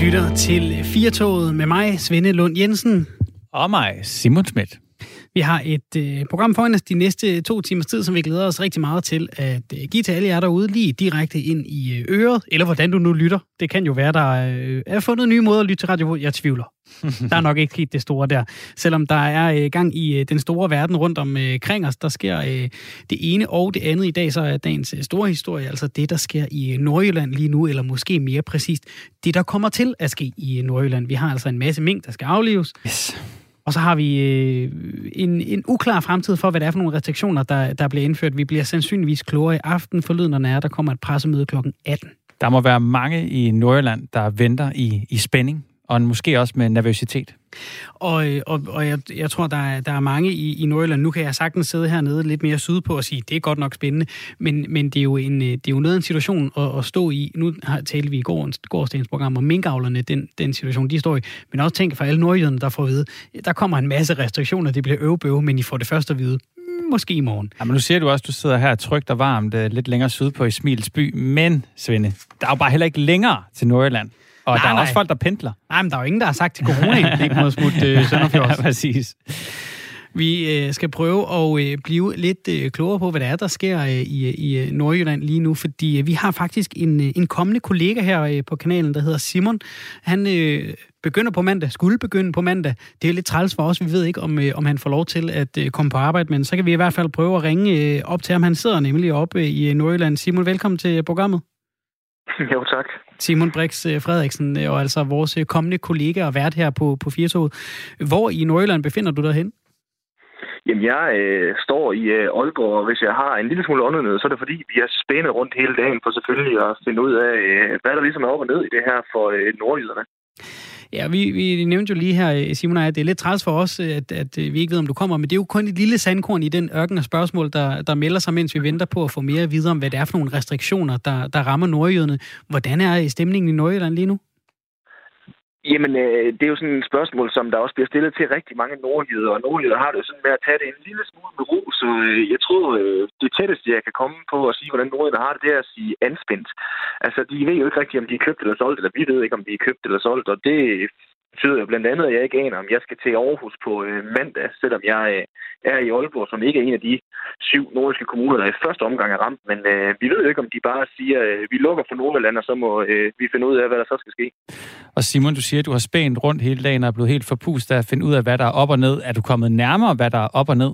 lytter til Firtoget med mig, Svende Lund Jensen. Og mig, Simon Schmidt. Vi har et program foran os de næste 2 timers tid, som vi glæder os rigtig meget til at give til alle jer derude lige direkte ind i øret, eller hvordan du nu lytter. Det kan jo være, der er fundet nye måder at lytte til radio. Jeg tvivler. Der er nok ikke helt det store der. Selvom der er gang i den store verden rundt omkring os, der sker det ene og det andet i dag, så er dagens store historie, altså det, der sker i Nordjylland lige nu, eller måske mere præcist, det, der kommer til at ske i Nordjylland. Vi har altså en masse mink, der skal aflives. Yes. Og så har vi en uklar fremtid for, hvad det er for nogle restriktioner, der bliver indført. Vi bliver sandsynligvis klogere i aften. Forlydenderne er, der kommer et pressemøde kl. 18. Der må være mange i Nordjylland, der venter i spænding, og måske også med nervøsitet. Og jeg tror, der er mange i Nordjylland. Nu kan jeg sagtens sidde hernede lidt mere sydpå og sige, det er godt nok spændende, men det er jo noget af en situation at stå i. Nu talte vi i gårsdagens program om minkavlerne, den situation, de står i. Men også tænk for alle nordjyderne, der får at vide, der kommer en masse restriktioner, det bliver øvebøve, men I får det først at vide. Måske i morgen. Ja, men nu siger du også, at du sidder her trygt og varmt lidt længere sydpå i Smils by. Men, Svende, der er jo bare heller ikke længere til Nordjylland. Og der er også folk, der pendler. Nej, men der er jo ingen, der har sagt til corona, ikke må smutte Sønderfjords. Ja, præcis. Vi skal prøve at blive lidt klogere på, hvad der er, der sker i Nordjylland lige nu, fordi vi har faktisk en kommende kollega her på kanalen, der hedder Simon. Han begynder på mandag, skulle begynde på mandag. Det er lidt træls for os, vi ved ikke, om han får lov til at komme på arbejde, men så kan vi i hvert fald prøve at ringe op til ham. Han sidder nemlig oppe i Nordjylland. Simon, velkommen til programmet. Jo, tak. Simon Brix Frederiksen, og altså vores kommende kollega og vært her på Firtoget. Hvor i Nordjylland befinder du dig hen? Jamen, jeg står i Aalborg, og hvis jeg har en lille smule åndenød, så er det fordi, vi er spændet rundt hele dagen for selvfølgelig at finde ud af, hvad der ligesom er op og ned i det her for nordjyderne. Ja, vi nævnte jo lige her, Simon, at det er lidt træls for os, at vi ikke ved, om du kommer, men det er jo kun et lille sandkorn i den ørken af spørgsmål, der melder sig, mens vi venter på at få mere videre om, hvad det er for nogle restriktioner, der rammer nordjyderne. Hvordan er stemningen i Nordjylland lige nu? Jamen, det er jo sådan et spørgsmål, som der også bliver stillet til rigtig mange nordjyder, og nordjyder har det jo sådan med at tage det en lille smule med ro, så jeg tror, det tætteste, jeg kan komme på at sige, hvordan nordjyder har det, det er at sige anspændt. Altså, de ved jo ikke rigtig, om de er købt eller solgt, eller vi ved ikke, om de er købt eller solgt, og det betyder jo blandt andet, at jeg ikke aner, om jeg skal til Aarhus på mandag, selvom jeg er i Aalborg, som ikke er en af de 7 nordiske kommuner, der i første omgang er ramt. Men vi ved jo ikke, om de bare siger, vi lukker for Nordjylland, og så må vi finde ud af, hvad der så skal ske. Og Simon, du siger, at du har spændt rundt hele dagen og er blevet helt forpustet af at finde ud af, hvad der er op og ned. Er du kommet nærmere, hvad der er op og ned?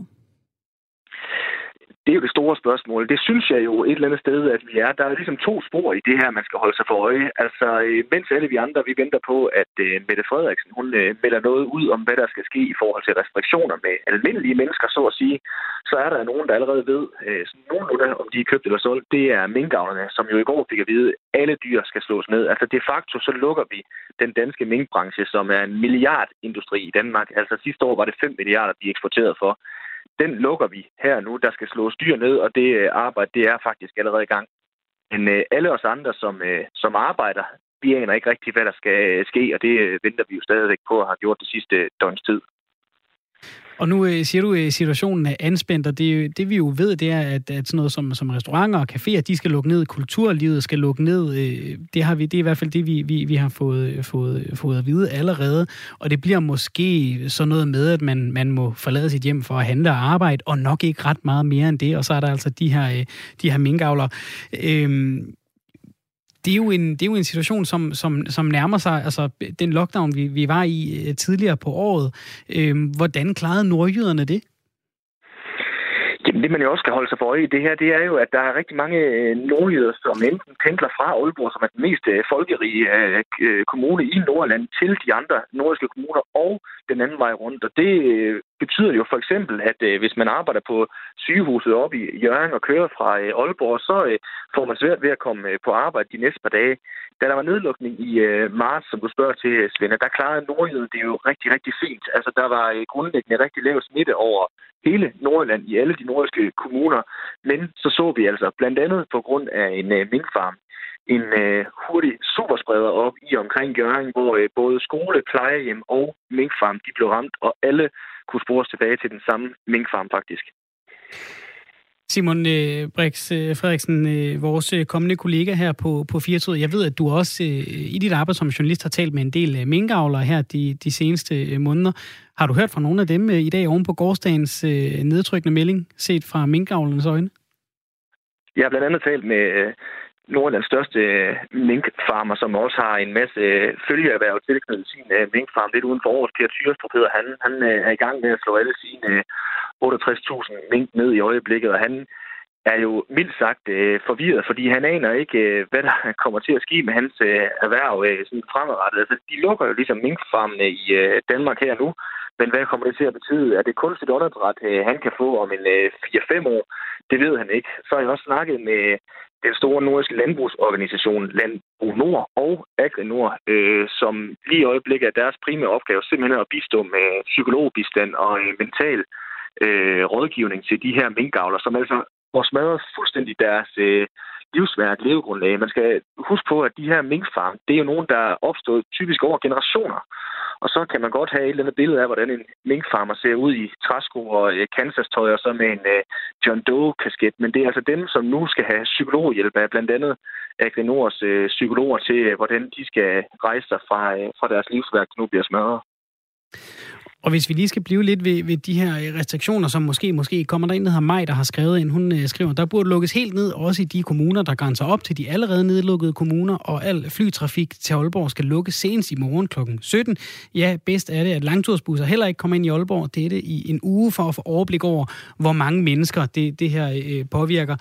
Det er jo det store spørgsmål. Det synes jeg jo et eller andet sted, at vi er. Der er ligesom 2 spor i det her, man skal holde sig for øje. Altså, mens alle vi andre, vi venter på, at Mette Frederiksen, hun melder noget ud om, hvad der skal ske i forhold til restriktioner med almindelige mennesker, så at sige, så er der nogen, der allerede ved nogenlunde, om de er købt eller solgt. Det er minkavlerne, som jo i går fik at vide, at alle dyr skal slås ned. Altså, de facto, så lukker vi den danske minkbranche, som er en milliardindustri i Danmark. Altså, sidste år var det 5 milliarder, de eksporterede for. Den lukker vi her nu. Der skal slås dyr ned, og det arbejde, det er faktisk allerede i gang. Men alle os andre, som arbejder, vi aner ikke rigtigt, hvad der skal ske, og det venter vi jo stadigvæk på at have gjort det sidste døgns tid. Og nu siger du, at situationen er anspændt, og det vi jo ved, det er, at sådan noget som restauranter og caféer, de skal lukke ned, kulturlivet skal lukke ned. Det er i hvert fald det, vi har fået at vide allerede. Og det bliver måske sådan noget med, at man må forlade sit hjem for at handle og arbejde, og nok ikke ret meget mere end det. Og så er der altså de her minkavlere. Det er jo en situation, som nærmer sig, altså den lockdown, vi var i tidligere på året. Hvordan klarede nordjyderne det? Jamen, det man jo også skal holde sig for øje i det her, det er jo, at der er rigtig mange nordjyder, som enten pendler fra Aalborg, som er den mest folkerige kommune i Nordjylland, til de andre nordiske kommuner og den anden vej rundt. Og det betyder jo for eksempel, at hvis man arbejder på sygehuset oppe i Hjørring og kører fra Aalborg, så får man svært ved at komme på arbejde de næste par dage. Da der var nedlukning i marts, som du spørger til, Svende, der klarede nordjyden det jo rigtig, rigtig fint. Altså, der var grundlæggende rigtig lav smitte over hele Nordjylland i alle de nordiske kommuner. Men så vi altså blandt andet på grund af en minkfarm en hurtig superspreder op i omkring Hjørring, hvor både skole, plejehjem og minkfarm de blev ramt, og alle kunne spores tilbage til den samme minkfarm faktisk. Simon Brix Frederiksen, vores kommende kollega her på Firtoget. Jeg ved, at du også i dit arbejde som journalist har talt med en del minkavlere her de seneste måneder. Har du hørt fra nogle af dem i dag oven på gårsdagens nedtrykkende melding, set fra minkavlernes øjne? Jeg har blandt andet talt med nogle af den største minkfarmer, som også har en masse følgeerhverv tilknyttet sin minkfarm lidt uden for Aarhus. Per Thyrestrup hedder han. Han er i gang med at slå alle sine 68.000 mink ned i øjeblikket, og han er jo mildt sagt forvirret, fordi han aner ikke, hvad der kommer til at ske med hans erhverv sådan fremadrettet. Altså, de lukker jo ligesom minkfarmene i Danmark her nu, men hvad kommer det til at betyde? Er det kunstigt åndedræt, han kan få om en 4-5 år? Det ved han ikke. Så har jeg også snakket med den store nordiske landbrugsorganisation Landbrug Nord og Agri Nord, som lige i øjeblikket er deres primære opgave simpelthen at bistå med psykologbistand og mental rådgivning til de her minkavlere, som altså får smadret fuldstændig deres livsværk, levegrundlag. Man skal huske på, at de her minkfarme, det er jo nogen, der er opstået typisk over generationer. Og så kan man godt have et eller andet billede af, hvordan en minkfarmer ser ud i træsko og Kansas-tøj og så med en John Doe-kasket. Men det er altså dem, som nu skal have psykologhjælp af blandt andet Agri Nords psykologer til, hvordan de skal rejse sig fra deres livsværk, der nu bliver smadret. Og hvis vi lige skal blive lidt ved de her restriktioner, som måske kommer der en, der hedder Maj, der har skrevet ind. Hun skriver, der burde lukkes helt ned, også i de kommuner, der grænser op til de allerede nedlukkede kommuner, og al flytrafik til Aalborg skal lukkes senest i morgen kl. 17. Ja, bedst er det, at langtursbusser heller ikke kommer ind i Aalborg. Det er det i en uge for at få overblik over, hvor mange mennesker det her påvirker.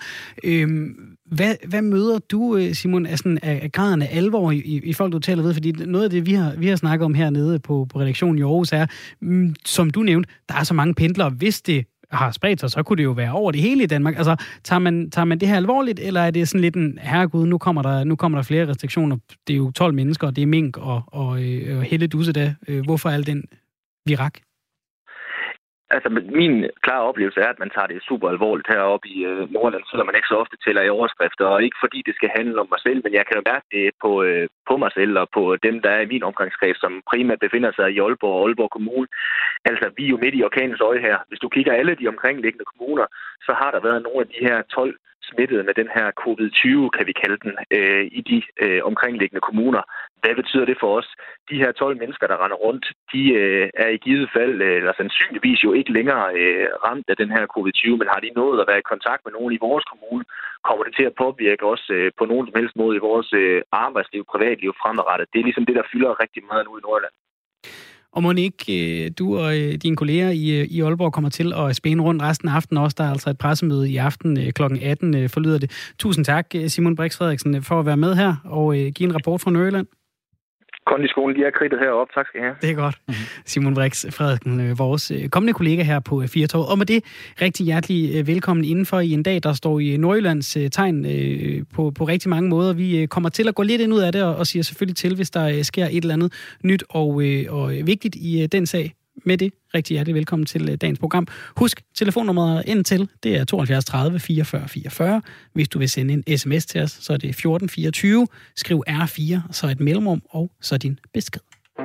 Hvad møder du, Simon, af graden af alvor i folk, du taler ved? Fordi noget af det, vi har snakket om hernede på redaktionen i Aarhus, er, som du nævnte, der er så mange pendlere. Hvis det har spredt sig, så kunne det jo være over det hele i Danmark. Altså, tager man det her alvorligt, eller er det sådan lidt en, herregud, nu kommer der flere restriktioner. Det er jo 12 mennesker, og det er mink og hele dusse da. Hvorfor al den virak? Altså, min klare oplevelse er, at man tager det super alvorligt heroppe i Nordland, selvom man ikke så ofte tæller i overskrifter, og ikke fordi det skal handle om mig selv, men jeg kan jo mærke det på mig selv og på dem, der er i min omgangskreds, som primært befinder sig i Aalborg og Aalborg Kommune. Altså, vi er jo midt i orkanens øje her. Hvis du kigger alle de omkringliggende kommuner, så har der været nogle af de her 12 smittet med den her COVID-20, kan vi kalde den, i de omkringliggende kommuner. Hvad betyder det for os? De her 12 mennesker, der render rundt, de er i givet fald, eller sandsynligvis jo ikke længere ramt af den her COVID-20, men har de nået at være i kontakt med nogen i vores kommune, kommer det til at påvirke os på nogen som helst måde i vores arbejdsliv, privatliv fremadrettet. Det er ligesom det, der fylder rigtig meget nu i Nordjylland. Og må ikke du og dine kolleger i Aalborg kommer til at spæne rundt resten af aftenen også? Der er altså et pressemøde i aften kl. 18, forlyder det. Tusind tak, Simon Brix Frederiksen, for at være med her og give en rapport fra Nordjylland. Kondiskolen, de er kridtet heroppe. Tak skal I have. Det er godt. Simon Brix Frederiksen, vores kommende kollega her på Firtoget. Og med det, rigtig hjertelig velkommen indenfor i en dag, der står i Nordjyllands tegn på rigtig mange måder. Vi kommer til at gå lidt ind ud af det og siger selvfølgelig til, hvis der sker et eller andet nyt og vigtigt i den sag. Med det, rigtig hjertelig velkommen til dagens program. Husk, telefonnummeret ind til, det er 72 30 44 44. Hvis du vil sende en sms til os, så er det 1424. Skriv R4, så et mellemrum, og så din besked.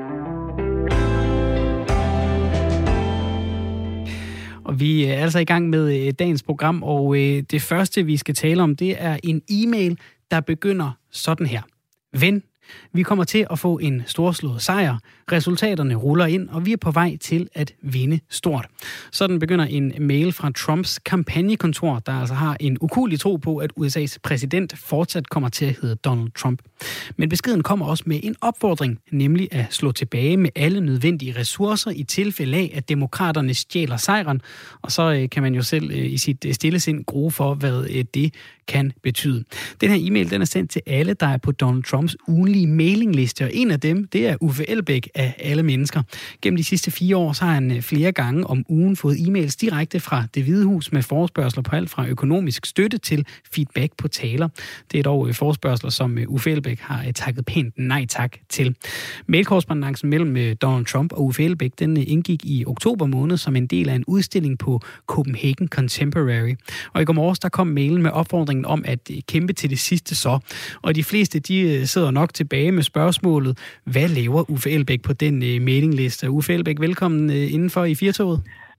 Og vi er altså i gang med dagens program, og det første, vi skal tale om, det er en e-mail, der begynder sådan her. Ven, vi kommer til at få en storslået sejr. Resultaterne ruller ind, og vi er på vej til at vinde stort. Sådan begynder en mail fra Trumps kampagnekontor, der altså har en ukuelig tro på, at USA's præsident fortsat kommer til at hedde Donald Trump. Men beskeden kommer også med en opfordring, nemlig at slå tilbage med alle nødvendige ressourcer i tilfælde af, at demokraterne stjæler sejren. Og så kan man jo selv i sit stille sind grue for, hvad det kan betyde. Den her e-mail, den er sendt til alle, der er på Donald Trumps ugenlige mailingliste, og en af dem, det er Uffe Elbæk af alle mennesker. Gennem de sidste 4 år, så har han flere gange om ugen fået e-mails direkte fra Det Hvide Hus med forespørgsler på alt fra økonomisk støtte til feedback på taler. Det er dog forespørgsler, som Uffe Elbæk har takket pænt nej tak til. Mailkorrespondancen mellem Donald Trump og Uffe Elbæk, den indgik i oktober måned som en del af en udstilling på Copenhagen Contemporary. Og i går morges, der kom mailen med opfordringen om at kæmpe til det sidste så. Og de fleste, de sidder nok tilbage med spørgsmålet, hvad laver Uffe Elbæk på den mailingliste? Uffe Elbæk, velkommen indenfor i Firtoget.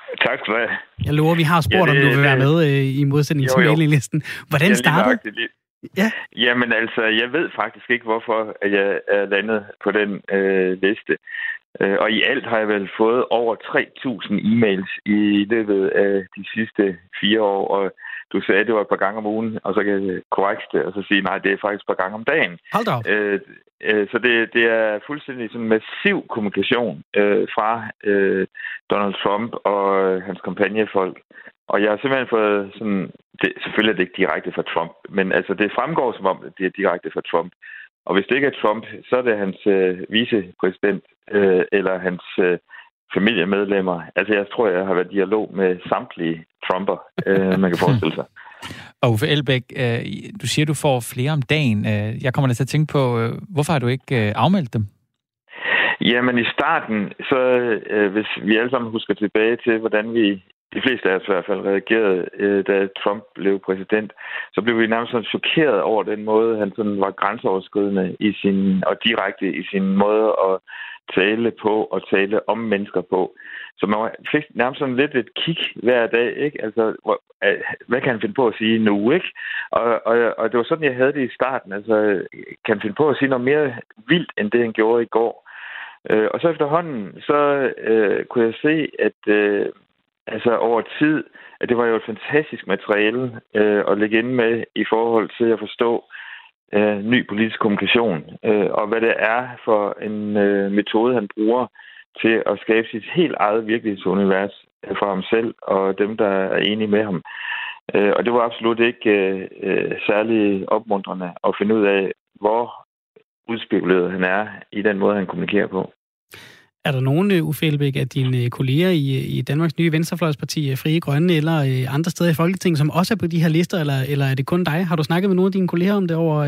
Tak skal du have. Jeg lover, vi har spurgt, om du vil være med i modsætning til mailinglisten. Hvordan startede? Ja. Jamen altså, jeg ved faktisk ikke, hvorfor jeg er landet på den liste. Og i alt har jeg vel fået over 3.000 e-mails i løbet af de sidste 4 år, og du sagde, at det var et par gange om ugen, og så kan jeg korrekte det, og så sige, nej, det er faktisk et par gange om dagen. Hold da op. Så det er fuldstændig sådan en massiv kommunikation fra Donald Trump og hans kampagnefolk. Og jeg har simpelthen fået sådan... selvfølgelig er det ikke direkte fra Trump, men altså det fremgår som om, det er direkte fra Trump. Og hvis det ikke er Trump, så er det hans vicepræsident eller hans familiemedlemmer. Altså jeg tror, jeg har været i dialog med samtlige Trumper, man kan forestille sig. Og Uffe Elbæk, du siger, du får flere om dagen. Jeg kommer da til at tænke på, hvorfor har du ikke afmeldt dem? Jamen i starten, så hvis vi alle sammen husker tilbage til, hvordan vi, de fleste af os i hvert fald, reagerede, da Trump blev præsident, så blev vi nærmest sådan chokeret over den måde, han sådan var grænseoverskridende og direkte i sin måde at tale på og tale om mennesker på. Så man fik nærmest sådan lidt et kig hver dag, ikke? Altså, hvad kan han finde på at sige nu, ikke? Og det var sådan, jeg havde det i starten. Altså, kan han finde på at sige noget mere vildt, end det han gjorde i går? Og så efterhånden, så kunne jeg se, at altså over tid, at det var jo et fantastisk materiale at lægge ind med i forhold til at forstå ny politisk kommunikation, og hvad det er for en metode, han bruger til at skabe sit helt eget virkelighedsunivers for ham selv og dem, der er enige med ham. Og det var absolut ikke særlig opmuntrende at finde ud af, hvor udspekuleret han er i den måde, han kommunikerer på. Er der nogen, Uffe Elbæk, af dine kolleger i Danmarks nye venstrefløjsparti, Frie Grønne, eller andre steder i Folketinget, som også er på de her lister, eller er det kun dig? Har du snakket med nogle af dine kolleger om det over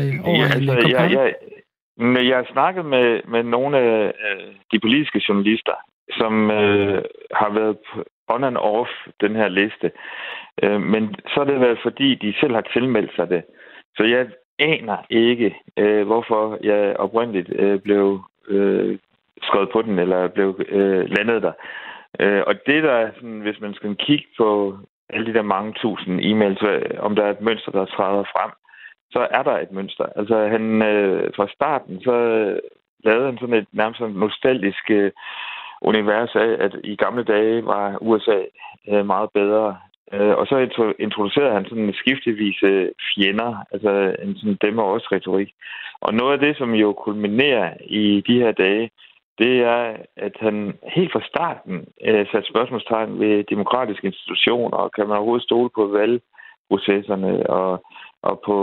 jeg har snakket med nogle af de politiske journalister, som har været on and off den her liste. Men så er det været, fordi de selv har tilmeldt sig det. Så jeg aner ikke, hvorfor jeg oprindeligt blev skrevet på den, eller blev landet der. Og det der, sådan, hvis man skal kigge på alle de der mange tusind e-mails, om der er et mønster, der træder frem, så er der et mønster. Altså han fra starten, så lavede han sådan et nærmest sådan nostalgisk univers af, at i gamle dage var USA meget bedre. Og så introducerede han sådan en skiftevise fjender, altså en sådan dæmmer også retorik. Og noget af det, som jo kulminerer i de her dage, det er, at han helt fra starten satte spørgsmålstegn ved demokratiske institutioner, og kan man overhovedet stole på valgprocesserne og på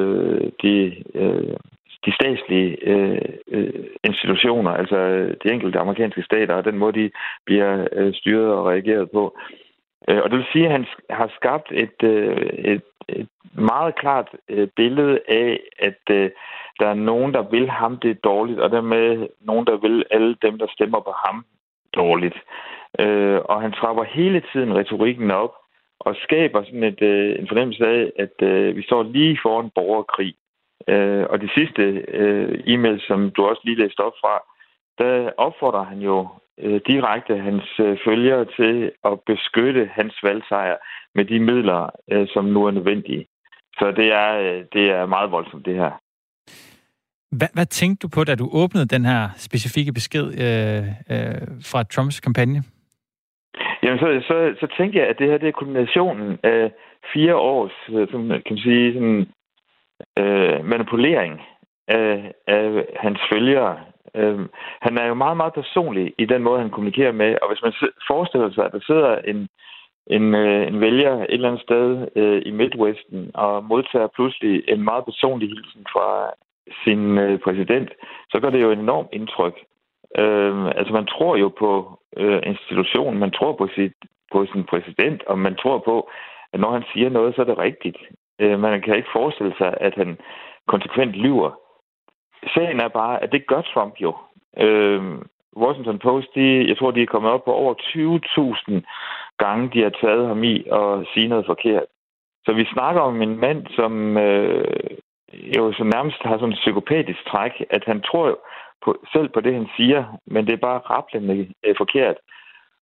de statslige institutioner, altså de enkelte amerikanske stater, og den måde, de bliver styret og reageret på. Og det vil sige, at han har skabt et meget klart billede af, at der er nogen, der vil ham det dårligt, og dermed nogen, der vil alle dem, der stemmer på ham dårligt. Og han trapper hele tiden retorikken op og skaber sådan en fornemmelse af, at vi står lige foran borgerkrig. Og de sidste e-mails, som du også lige læste op fra, der opfordrer han jo direkte hans følgere til at beskytte hans valgsejr med de midler, som nu er nødvendige. Så det er meget voldsomt, det her. Hvad tænkte du på, da du åbnede den her specifikke besked fra Trumps kampagne? Jamen, så tænkte jeg, at det her det er kombinationen af 4 års kan man sige, sådan, manipulering af hans følgere. Han er jo meget, meget personlig i den måde, han kommunikerer med, og hvis man forestiller sig, at der sidder en vælger et eller andet sted i Midwesten og modtager pludselig en meget personlig hilsen fra sin præsident, så gør det jo et enormt indtryk. Altså man tror jo på institutionen, man tror på sin præsident, og man tror på, at når han siger noget, så er det rigtigt. Man kan ikke forestille sig, at han konsekvent lyver. Sagen er bare, at det gør Trump jo. Washington Post, jeg tror, de er kommet op på over 20.000 gange, de har taget ham i at sige noget forkert. Så vi snakker om en mand, som jo så nærmest har sådan et psykopatisk træk, at han tror selv på det, han siger, men det er bare rablende forkert.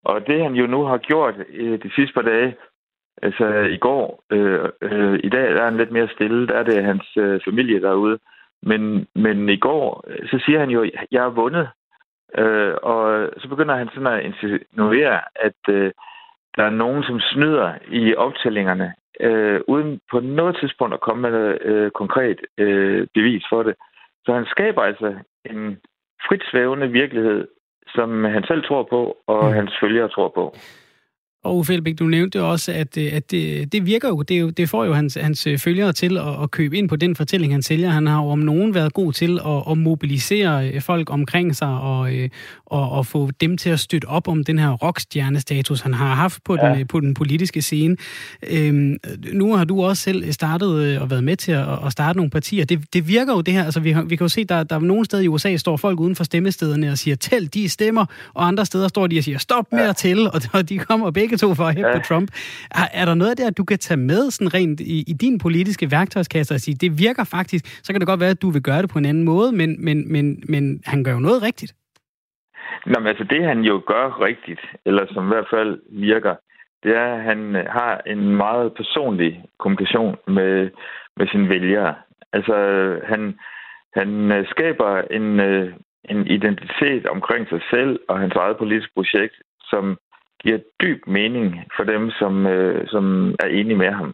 Og det han jo nu har gjort de sidste par dage, altså i går, i dag der er han lidt mere stille, der er det hans familie derude. Men i går, så siger han jo, jeg har vundet. Og så begynder han sådan at insinuere, at der er nogen, som snyder i optællingerne, uden på noget tidspunkt at komme med noget konkret bevis for det. Så han skaber altså en frit svævende virkelighed, som han selv tror på, og hans følgere tror på. Og Uffe Elbæk, du nævnte også, at det virker jo, det får jo hans følgere til at købe ind på den fortælling, han sælger. Han har jo om nogen været god til at mobilisere folk omkring sig og få dem til at støtte op om den her rockstjernestatus, han har haft på den politiske scene. Nu har du også selv startet og været med til at starte nogle partier. Det virker jo det her, altså vi kan jo se, der er nogle steder i USA, står folk uden for stemmestederne og siger, tæl de stemmer, og andre steder står de og siger, stop med at tælle, og de kommer begge to for at hæppe Trump. Er der noget af det, du kan tage med sådan rent i din politiske værktøjskasse og sige, det virker faktisk, så kan det godt være, at du vil gøre det på en anden måde, men han gør jo noget rigtigt. Nå, men altså det, han jo gør rigtigt, eller som i hvert fald virker, det er, at han har en meget personlig kommunikation med sine vælgere. Altså, han skaber en identitet omkring sig selv og hans eget politiske projekt, som giver dyb mening for dem, som er enige med ham.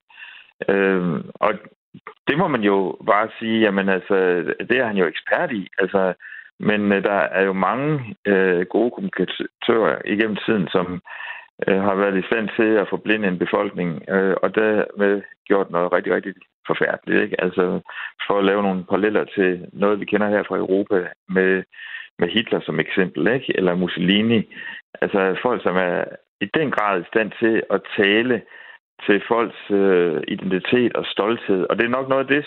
Og det må man jo bare sige, jamen altså, det er han jo ekspert i. Altså, men der er jo mange gode kommunikatører igennem tiden, som har været i stand til at forblinde en befolkning, og dermed gjort noget rigtig, rigtig forfærdeligt. Ikke? Altså, for at lave nogle paralleller til noget, vi kender her fra Europa med Hitler som eksempel, ikke? Eller Mussolini. Altså folk, som er i den grad i stand til at tale til folks identitet og stolthed. Og det er nok noget af det,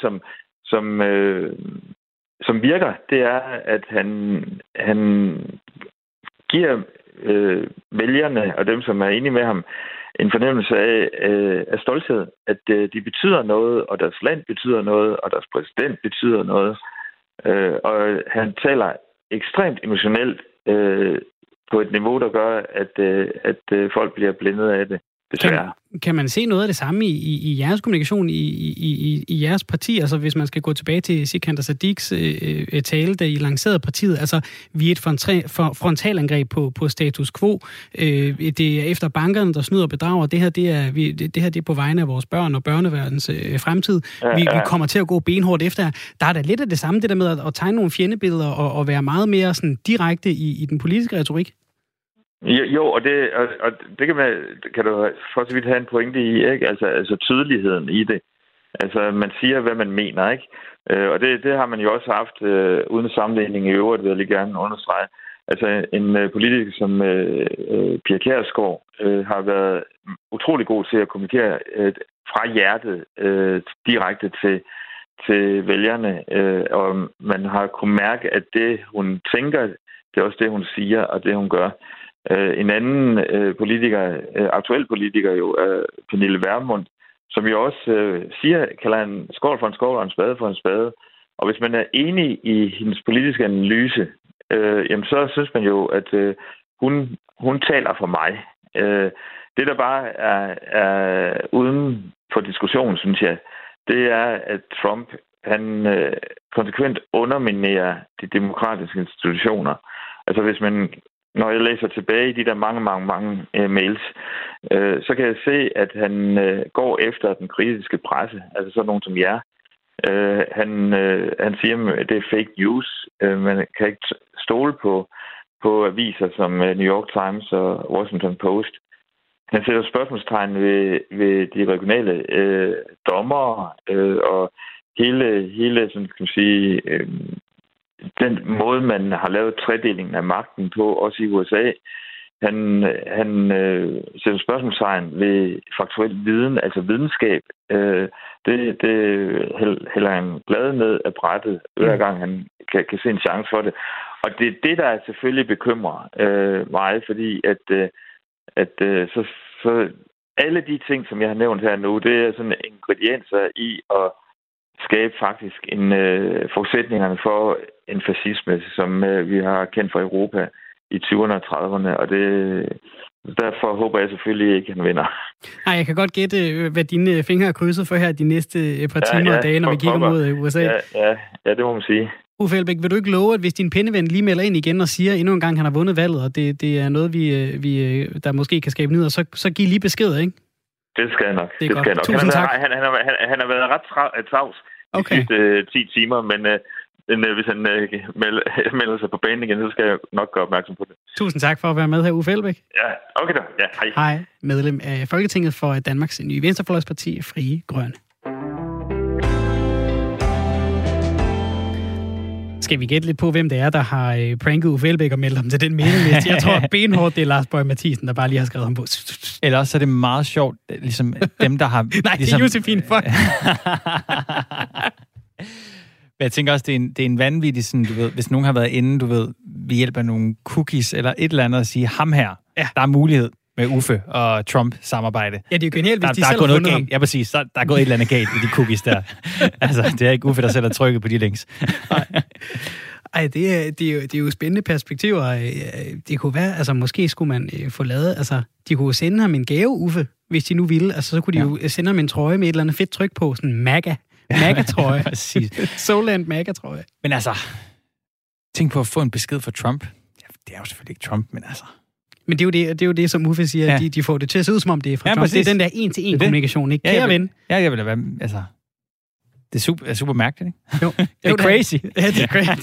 som virker, det er, at han giver vælgerne og dem, som er enige med ham, en fornemmelse af stolthed, at de betyder noget, og deres land betyder noget, og deres præsident betyder noget. Og han taler ekstremt emotionelt på et niveau, der gør, at folk bliver blindet af det, desværre. Kan man se noget af det samme i jeres kommunikation, i jeres parti? Altså hvis man skal gå tilbage til Sikander Siddiques tale, da I lancerede partiet, altså vi er et frontalangreb på status quo. Det er efter bankerne, der snyder og bedrager. Det her det er på vegne af vores børn og børneverdens fremtid. Vi kommer til at gå benhårdt efter. Der er da lidt af det samme, det der med at tegne nogle fjendebilleder og være meget mere sådan direkte i den politiske retorik. Jo, og det kan du for så vidt have en pointe i, ikke? Altså tydeligheden i det. Altså, man siger, hvad man mener, ikke? Og det har man jo også haft uden sammenligning i øvrigt, vil jeg lige gerne understrege. Altså, en politiker som Pia Kjærsgaard har været utrolig god til at kommunikere fra hjertet direkte til vælgerne, og man har kunnet mærke, at det, hun tænker, det er også det, hun siger, og det, hun gør. En anden aktuel politiker jo, Pernille Vermund, som jo også kalder en skål for en skål og en spade for en spade. Og hvis man er enig i hendes politiske analyse, jamen så synes man jo, at hun taler for mig. Det, der bare er uden for diskussion, synes jeg, det er, at Trump han konsekvent underminerer de demokratiske institutioner. Altså hvis man, når jeg læser tilbage i de der mange mails, så kan jeg se, at han går efter den kritiske presse, altså sådan nogen som jer. Han siger, at det er fake news. Man kan ikke stole på aviser som New York Times og Washington Post. Han sætter spørgsmålstegn ved de regionale dommere og hele sådan, kan man sige, den måde, man har lavet tredelingen af magten på, også i USA. Han sætter spørgsmålstegn ved faktuel viden, altså videnskab. Det hælder han glad ned af brættet, hver gang han kan se en chance for det. Og det er det, der selvfølgelig bekymrer mig, fordi at så alle de ting, som jeg har nævnt her nu, det er sådan ingredienser i at skabe faktisk forudsætningerne for en fascisme, som vi har kendt fra Europa i 20'erne og 30'erne, og derfor håber jeg selvfølgelig ikke, at han vinder. Nej, jeg kan godt gætte, hvad dine fingre er krydset for her de næste par timer og dage, når vi kigger mod USA. Ja, det må man sige. Uffe Elbæk, vil du ikke love, at hvis din pindeven lige melder ind igen og siger endnu en gang, han har vundet valget, og det er noget, vi der måske kan skabe nyder, så giv lige besked, ikke? Det skal jeg nok. Det skal jeg nok. Tusind tak. Han har været ret tavs de sidste 10 timer, men hvis han melder sig på banen igen, så skal jeg nok gøre opmærksom på det. Tusind tak for at være med her, Uffe Elbæk. Ja, okay da. Ja, hej. Hej, medlem af Folketinget for Danmarks nye venstrefløjsparti, Frie Grønne. Skal vi gætte lidt på, hvem det er, der har pranket Uffe Elbæk og meldt ham til den mailingliste? Jeg tror benhårdt, det er Lars Boje Mathiesen, der bare lige har skrevet ham på. Eller også er det meget sjovt, ligesom dem, der har... Nej, det er Josefine Fold. Jeg tænker også, det er en vanvittig, sådan, du ved, hvis nogen har været inde, du ved, ved hjælp af nogle cookies eller et eller andet, at sige, ham her, der er mulighed med Uffe og Trump-samarbejde. Ja, det er jo genialt, hvis de selv har fundet ham. Ja, præcis. Der er gået et eller andet galt i de cookies der. Altså, det er ikke Uffe, der selv har trykket på de links. Ej, det er jo spændende perspektiver. Det kunne være, altså måske skulle man få lavet, altså de kunne sende ham en gave, Uffe, hvis de nu ville. Altså så kunne de jo sende ham en trøje med et eller andet fedt tryk på, sådan MAGA-trøje. Soland MAGA-trøje. Men altså, tænk på at få en besked fra Trump. Ja, det er jo selvfølgelig ikke Trump, men altså... Men det er jo det, som Uffe siger, at de får det til at se ud, som om det er fra Trump. Det er den der en-til-en kommunikation, ikke? Kære ven. Ja, jeg vil da være... Altså, det er super mærkeligt, ikke? Jo. Det er crazy. Ja, det er crazy.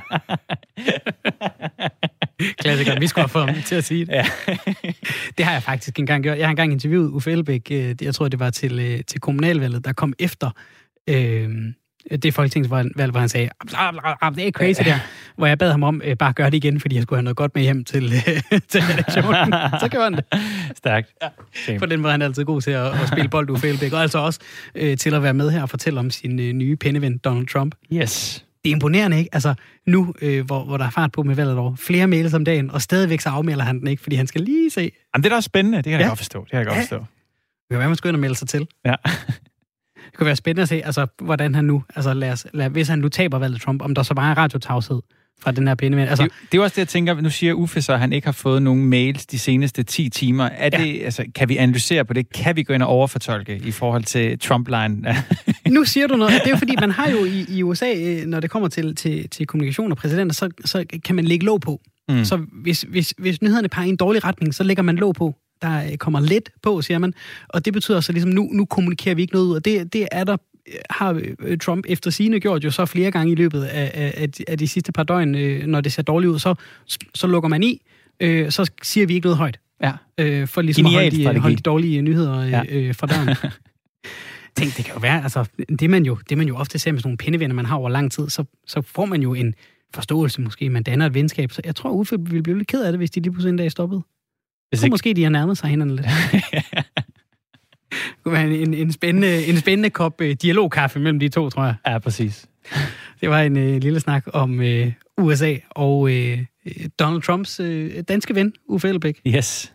Klassikeren, vi skulle have fået ham til at sige det. Ja. Det har jeg faktisk engang gjort. Jeg har engang interviewet Uffe Elbæk, jeg tror, det var til kommunalvalget, der kom efter... det folketingsvalg, hvor han sagde, det er crazy der, hvor jeg bad ham om bare at gøre det igen, fordi jeg skulle have noget godt med hjem til redaktionen. Så gjorde han det. Stærkt. Ja. På den måde han er altid god til at spille bold, Uffe Elbæk, og altså også til at være med her og fortælle om sin nye penneven, Donald Trump. Yes. Det er imponerende, ikke? Altså, nu, hvor der er fart på med valget over flere mails om dagen, og stadigvæk så afmelder han den ikke, fordi han skal lige se. Jamen, det er da også spændende, det kan jeg godt forstå. Det kan være, man skulle ind og melde sig til. Ja. Det kunne være spændende at se, altså, hvordan han nu, altså hvis han nu taber valget Trump, om der så bare er radiotavshed fra den her pindeven. Altså, det er jo også det, jeg tænker, nu siger Uffe så, at han ikke har fået nogen mails de seneste 10 timer. Er det, altså, kan vi analysere på det? Kan vi gå ind og overfortolke i forhold til Trump-line? Nu siger du noget. Det er jo fordi, man har jo i USA, når det kommer til kommunikation og præsidenter, så kan man lægge låg på. Så hvis nyhederne peger i en dårlig retning, så lægger man låg på. Der kommer lidt på, siger man. Og det betyder så ligesom, nu kommunikerer vi ikke noget ud. Og det er der, har Trump efter sigende gjort jo så flere gange i løbet af de sidste par døgn, når det ser dårligt ud, så lukker man i, så siger vi ikke noget højt. Ja. For ligesom at holde de dårlige nyheder fra døren. Tænk, det kan jo være, altså, det man jo ofte ser med sådan nogle pindevenner, man har over lang tid, så får man jo en forståelse måske, man danner et venskab. Så jeg tror, Uffe ville blive lidt ked af det, hvis de lige pludselig en dag stoppede. Så måske de har nærmet sig hinanden lidt. Det kunne være en spændende kop dialogkaffe mellem de to, tror jeg. Ja, præcis. Det var en lille snak om USA og Donald Trumps danske ven, Uffe Elbæk. Yes.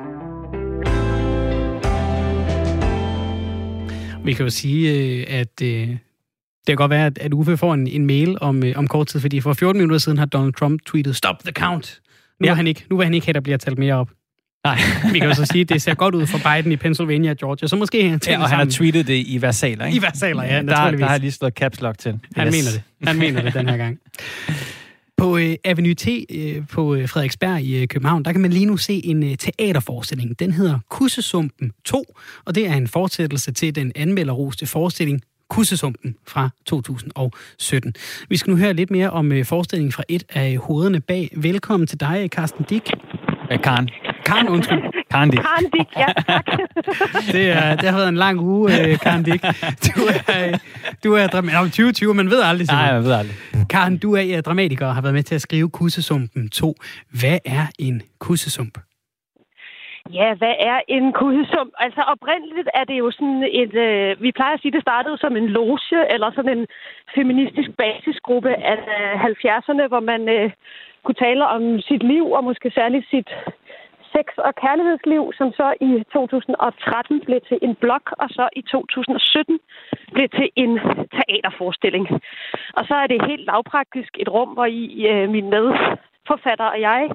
Vi kan jo sige, at det kan godt være, at Uffe får en mail om kort tid, fordi for 14 minutter siden har Donald Trump tweetet, stop the count. Nu vil han ikke have, der bliver talt mere op. Nej, vi kan jo så sige, at det ser godt ud for Biden i Pennsylvania og Georgia, så måske han og han har tweetet det i versaler, ikke? I versaler, ja, naturligvis. Der har lige stået caps lock til. Han mener det den her gang. På Avenue T på Frederiksberg i København, der kan man lige nu se en teaterforestilling. Den hedder Kussesumpen 2, og det er en fortsættelse til den anmelderroste forestilling Kussesumpen fra 2017. Vi skal nu høre lidt mere om forestillingen fra et af hovederne bag. Velkommen til dig, Carsten Dick. Karen, undskyld. Karen Dick, ja, tak. Det har været en lang uge, Karen Dick. Du er 2020, man ved aldrig. Nej, man ved aldrig. Karen, du er dramatiker og har været med til at skrive Kussesumpen 2. Hvad er en kussesump? Ja, hvad er en kussesump? Altså oprindeligt er det jo sådan vi plejer at sige, det startede som en loge, eller sådan en feministisk basisgruppe af 70'erne, hvor man kunne tale om sit liv, og måske særligt sit sex- og kærlighedsliv, som så i 2013 blev til en blog, og så i 2017 blev til en teaterforestilling. Og så er det helt lavpraktisk et rum, hvor min medforfatter og jeg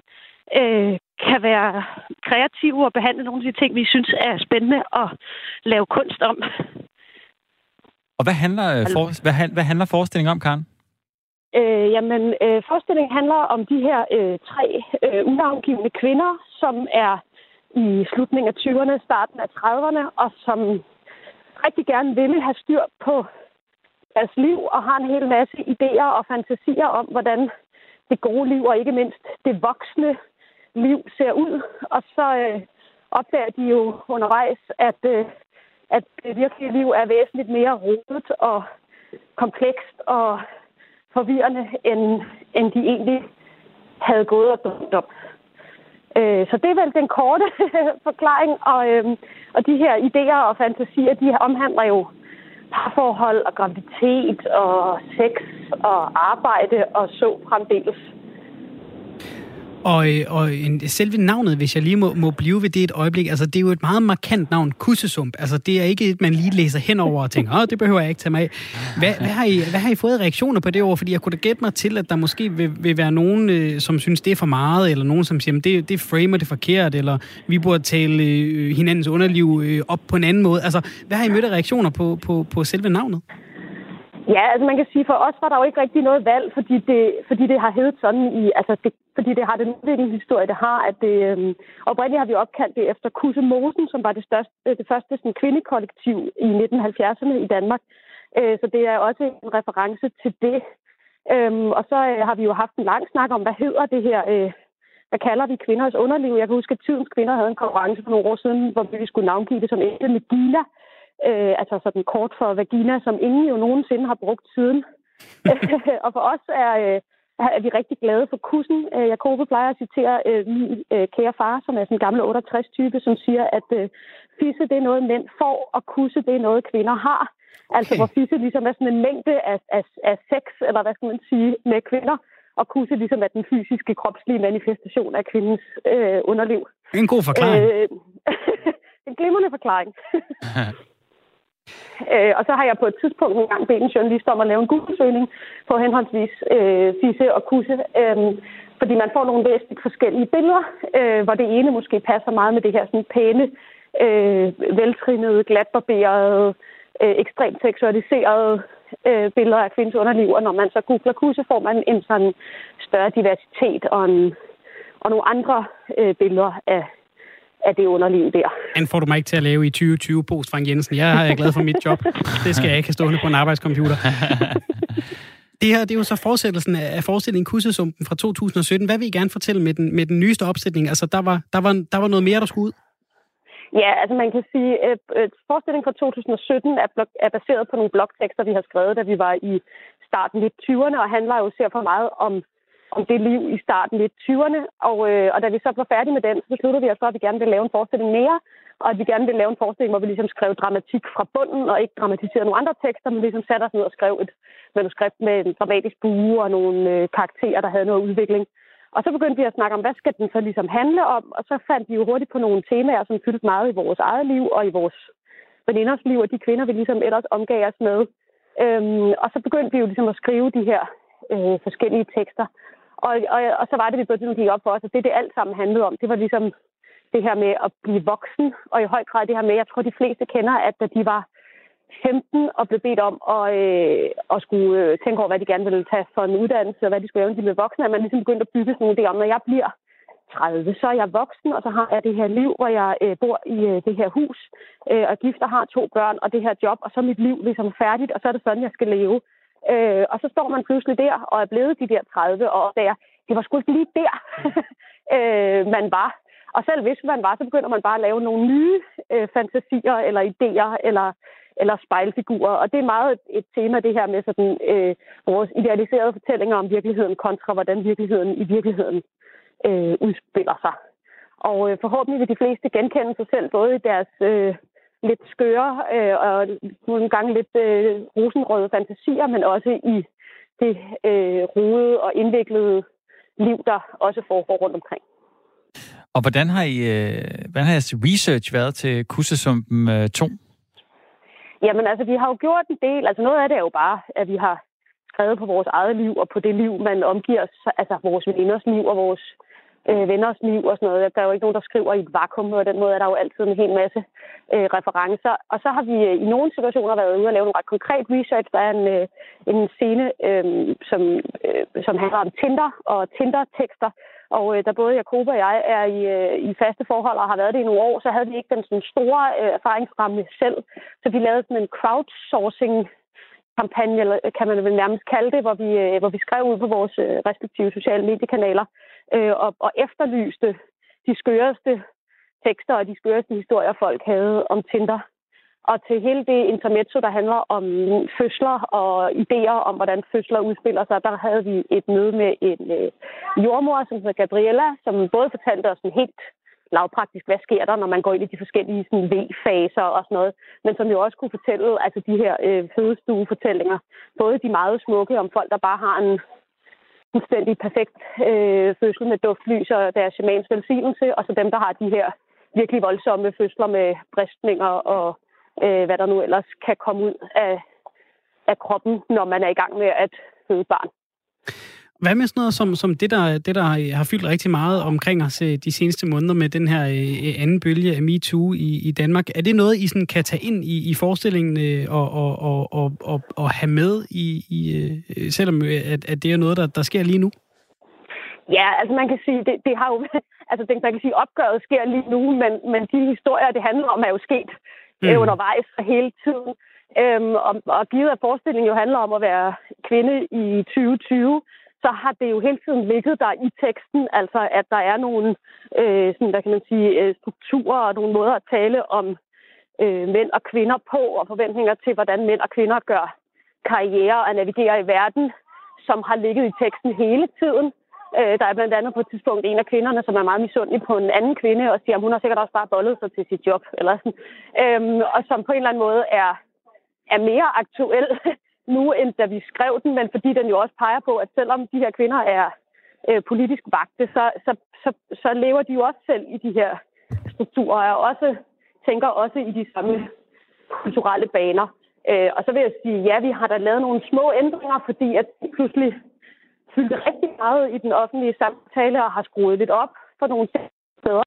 kan være kreative og behandle nogle af de ting, vi synes er spændende at lave kunst om. Og hvad handler forestillingen om, Karen? Forestillingen handler om de her 3 unavngivne kvinder, som er i slutningen af 20'erne, starten af 30'erne, og som rigtig gerne ville have styr på deres liv, og har en hel masse idéer og fantasier om, hvordan det gode liv, og ikke mindst det voksne liv ser ud. Og så opdager de jo undervejs, at det virkelige liv er væsentligt mere rodet og komplekst og forvirrende, end de egentlig havde gået og drømt om. Så det er vel den korte forklaring, og de her idéer og fantasier, de omhandler jo parforhold og graviditet og sex og arbejde og så fremdeles. Og selve navnet, hvis jeg lige må blive ved det et øjeblik, altså det er jo et meget markant navn, Kussesump. Altså det er ikke et, man lige læser henover og tænker, det behøver jeg ikke tage mig af. Hvad har I fået reaktioner på det ord? Fordi jeg kunne da gætte mig til, at der måske vil være nogen, som synes, det er for meget, eller nogen, som siger, det framer det forkert, eller vi burde tale hinandens underliv op på en anden måde. Altså, hvad har I mødt af reaktioner på selve navnet? Ja, altså man kan sige, for os var der jo ikke rigtig noget valg, fordi det har heddet sådan fordi det har den udviklingshistorie, det har, at det oprindeligt har vi opkaldt det efter Kusse Mosen, som var det første sådan, kvindekollektiv i 1970'erne i Danmark. Så det er også en reference til det. Og så har vi jo haft en lang snak om, hvad hedder det her, hvad kalder vi kvinders underliv? Jeg kan huske, at Tidens Kvinder havde en konkurrence for nogle år siden, hvor vi skulle navngive det som Ette Medina. Altså sådan kort for vagina, som ingen jo nogensinde har brugt siden. Og for os er vi rigtig glade for kussen. Jacobe plejer at citere min kære far, som er sådan en gammel 68-type, som siger, at fisse, det er noget, mænd får, og kusse, det er noget, kvinder har. Altså hvor fisse ligesom er sådan en mængde af sex, eller hvad skal man sige, med kvinder, og kusse ligesom er den fysiske, kropslige manifestation af kvindens underliv. En god forklaring. En glimrende forklaring. Og så har jeg på et tidspunkt en gang bedt en journalist om at lave en Google-søgning på henholdsvis fisse og kusse, fordi man får nogle væsentligt forskellige billeder, hvor det ene måske passer meget med det her sådan pæne, veltrinede, glatbarberede, ekstremt seksualiserede billeder af kvindens underliv, og når man så googler kusse, får man en sådan større diversitet og nogle andre billeder af det underliv der. Den får du mig ikke til at lave i 2020, Post Frank Jensen. Jeg er glad for mit job. Det skal jeg ikke have stående på en arbejdscomputer. Det her, det er jo så fortsættelsen af forestillingen Kussesumpen fra 2017. Hvad vil I gerne fortælle med den nyeste opsætning? Altså, der var noget mere, der skulle ud? Ja, altså man kan sige, at forestillingen fra 2017 er baseret på nogle blogtekster, vi har skrevet, da vi var i starten lidt 20'erne, og handler jo ser for meget om det liv i starten lidt 20'erne. Og da vi så var færdige med den, så besluttede vi os for, at vi gerne ville lave en forestilling mere, og at vi gerne ville lave en forestilling, hvor vi ligesom skrev dramatik fra bunden, og ikke dramatiserede nogle andre tekster, men ligesom satte os ned og skrev et manuskript med en dramatisk bue og nogle karakterer, der havde noget udvikling. Og så begyndte vi at snakke om, hvad skal den så ligesom handle om, og så fandt vi jo hurtigt på nogle temaer, som fyldte meget i vores eget liv og i vores veninders liv, og de kvinder, vi ligesom ellers omgav os med. Og så begyndte vi jo ligesom at skrive de her forskellige tekster. Og så var det, vi begyndte at give op for os, at det alt sammen handlede om. Det var ligesom det her med at blive voksen, og i høj grad det her med, jeg tror, de fleste kender, at da de var 15 og blev bedt om at skulle tænke over, hvad de gerne ville tage for en uddannelse, og hvad de skulle lave, når de blev voksne, at man ligesom begyndte at bygge sådan nogle idéer om, når jeg bliver 30, så er jeg voksen, og så har jeg det her liv, hvor jeg bor i det her hus, og er gift og har 2 børn, og det her job, og så er mit liv ligesom færdigt, og så er det sådan, jeg skal leve. Og så står man pludselig der, og er blevet de der 30, og opdager, det var sgu ikke lige der, man var. Og selv hvis man var, så begynder man bare at lave nogle nye fantasier, eller idéer, eller spejlfigurer. Og det er meget et tema, det her med sådan, vores idealiserede fortællinger om virkeligheden, kontra hvordan virkeligheden i virkeligheden udspiller sig. Og forhåbentlig vil de fleste genkende sig selv, både i deres lidt skøre og nogle gange lidt rosenrøde fantasier, men også i det rodede og indviklede liv, der også foregår rundt omkring. Og hvordan har jeres research været til Kussesumpen 2? Jamen altså, vi har jo gjort en del. Altså noget af det er jo bare, at vi har skrevet på vores eget liv og på det liv, man omgiver os, altså vores veninders liv og vores venners liv og sådan noget. Der er jo ikke nogen, der skriver i et vakuum, og den måde er der jo altid en hel masse referencer. Og så har vi i nogle situationer været ude og lave nogle ret konkret research. Der er en scene, som handler om Tinder og Tinder-tekster. Og da både Jacob og jeg er i faste forhold og har været det i nogle år, så havde vi ikke den sådan store erfaringsramme selv. Så vi lavede sådan en crowdsourcing-kampagne, eller kan man vel nærmest kalde det, hvor vi skrev ud på vores respektive sociale mediekanaler og efterlyste de skøreste tekster og de skøreste historier, folk havde om Tinder. Og til hele det intermezzo, der handler om fødsler og idéer om, hvordan fødsler udspiller sig, der havde vi et møde med en jordmor, som hedder Gabriella, som både fortalte os helt lavpraktisk, hvad sker der, når man går ind i de forskellige sådan, V-faser og sådan noget, men som jo også kunne fortælle altså de her fødestuefortællinger. Både de meget smukke om folk, der bare har en fuldstændig perfekt fødsel med duftlys og deres shamans velsignelse, og så dem, der har de her virkelig voldsomme fødsler med bristninger og hvad der nu ellers kan komme ud af kroppen, når man er i gang med at føde barn. Hvad med sådan noget som det, der har fyldt rigtig meget omkring os de seneste måneder med den her anden bølge af MeToo i Danmark? Er det noget, I sådan kan tage ind i forestillingen og have med, selvom at det er noget, der sker lige nu? Ja, altså man kan sige, det har jo... Altså man kan sige, opgøret sker lige nu, men de historier, det handler om, er jo sket undervejs hele tiden. Og givet at forestillingen jo handler om at være kvinde i 2020, så har det jo hele tiden ligget der i teksten, altså at der er nogle sådan, der kan man sige, strukturer og nogle måder at tale om mænd og kvinder på, og forventninger til, hvordan mænd og kvinder gør karriere og navigerer i verden, som har ligget i teksten hele tiden. Der er blandt andet på et tidspunkt en af kvinderne, som er meget misundelig på en anden kvinde, og siger, at hun har sikkert også bare bollet sig til sit job, eller sådan. Og som på en eller anden måde er mere aktuel nu, end da vi skrev den, men fordi den jo også peger på, at selvom de her kvinder er politisk vagte, så lever de jo også selv i de her strukturer, og tænker også i de samme kulturelle baner. Og så vil jeg sige, ja, vi har da lavet nogle små ændringer, fordi at pludselig fyldte rigtig meget i den offentlige samtale og har skruet lidt op for nogle steder.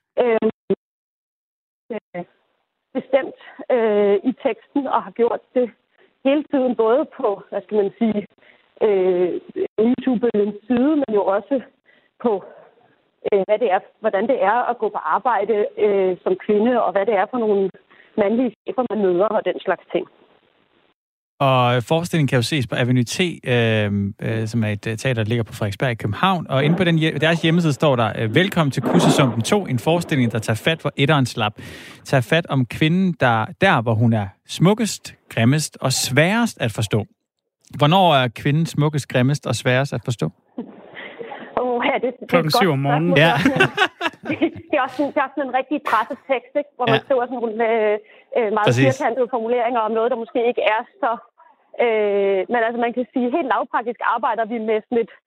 Bestemt i teksten og har gjort det hele tiden, både på, hvad skal man sige, YouTube-bølgens side, men jo også på, hvordan det er at gå på arbejde som kvinde, og hvad det er for nogle mandlige chefer, man møder og den slags ting. Og forestillingen kan jo ses på Avenue T, som er et teater, der ligger på Frederiksberg i København. Og inde på deres hjemmeside står der, velkommen til Kussesumpen 2, en forestilling, der tager fat, hvor etteren slap. Tager fat om kvinden, hvor hun er smukkest, grimmest og sværest at forstå. Hvornår er kvinden smukkest, grimmest og sværest at forstå? Det klokken 7 om morgenen. Ja. Det er også sådan en rigtig pressetekst, ikke? Hvor man skriver sådan nogle meget firkantede formuleringer om noget, der måske ikke er så... men altså, man kan sige, helt lavpraktisk arbejder vi med sådan et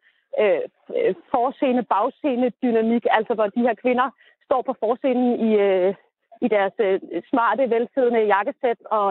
forscene-bagscene-dynamik, altså hvor de her kvinder står på forscenen i deres smarte, velsiddende jakkesæt, og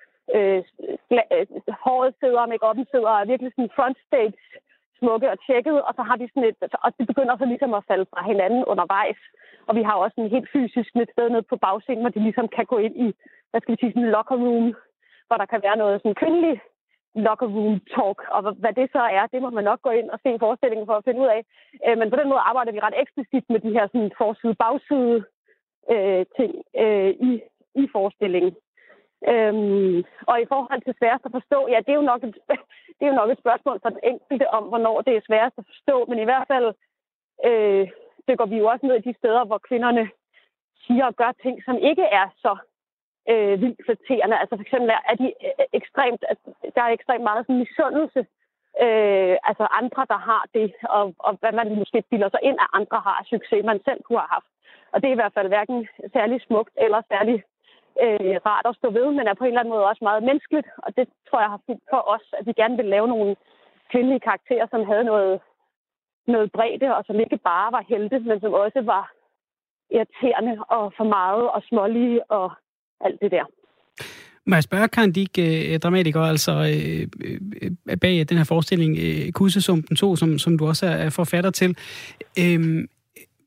håret sidder, og make-up'en sidder, og virkelig sådan frontstage smukke og tjekket, og så har vi sådan og det begynder så ligesom at falde fra hinanden undervejs. Og vi har også en helt fysisk et sted nede på bagscenen, hvor de ligesom kan gå ind i, hvad skal vi sige, sådan en locker room, hvor der kan være noget sådan kvindelig locker room talk, og hvad det så er, det må man nok gå ind og se i forestillingen for at finde ud af. Men på den måde arbejder vi ret eksplicit med de her sådan forside-bagside ting i forestillingen. Og i forhold til sværest at forstå, ja, det er jo nok et spørgsmål for den enkelte om, hvornår det er sværest at forstå, men i hvert fald dykker vi jo også ned i de steder, hvor kvinderne siger og gør ting, som ikke er så vildt flatterende. Altså for eksempel er de der er ekstremt meget sådan misundelse, altså andre, der har det, og hvad man måske bilder sig ind, at andre har succes, man selv kunne have haft. Og det er i hvert fald hverken særlig smukt eller særlig rart at stå ved, men er på en eller anden måde også meget menneskeligt, og det tror jeg har fyldt for os, at vi gerne vil lave nogle kvindelige karakterer, som havde noget bredde, og som ikke bare var helte, men som også var irriterende og for meget og smålige og alt det der. Må jeg spørge, Karen Dick, dramatiker, altså bag den her forestilling, Kussesumpen 2, som du også er forfatter til.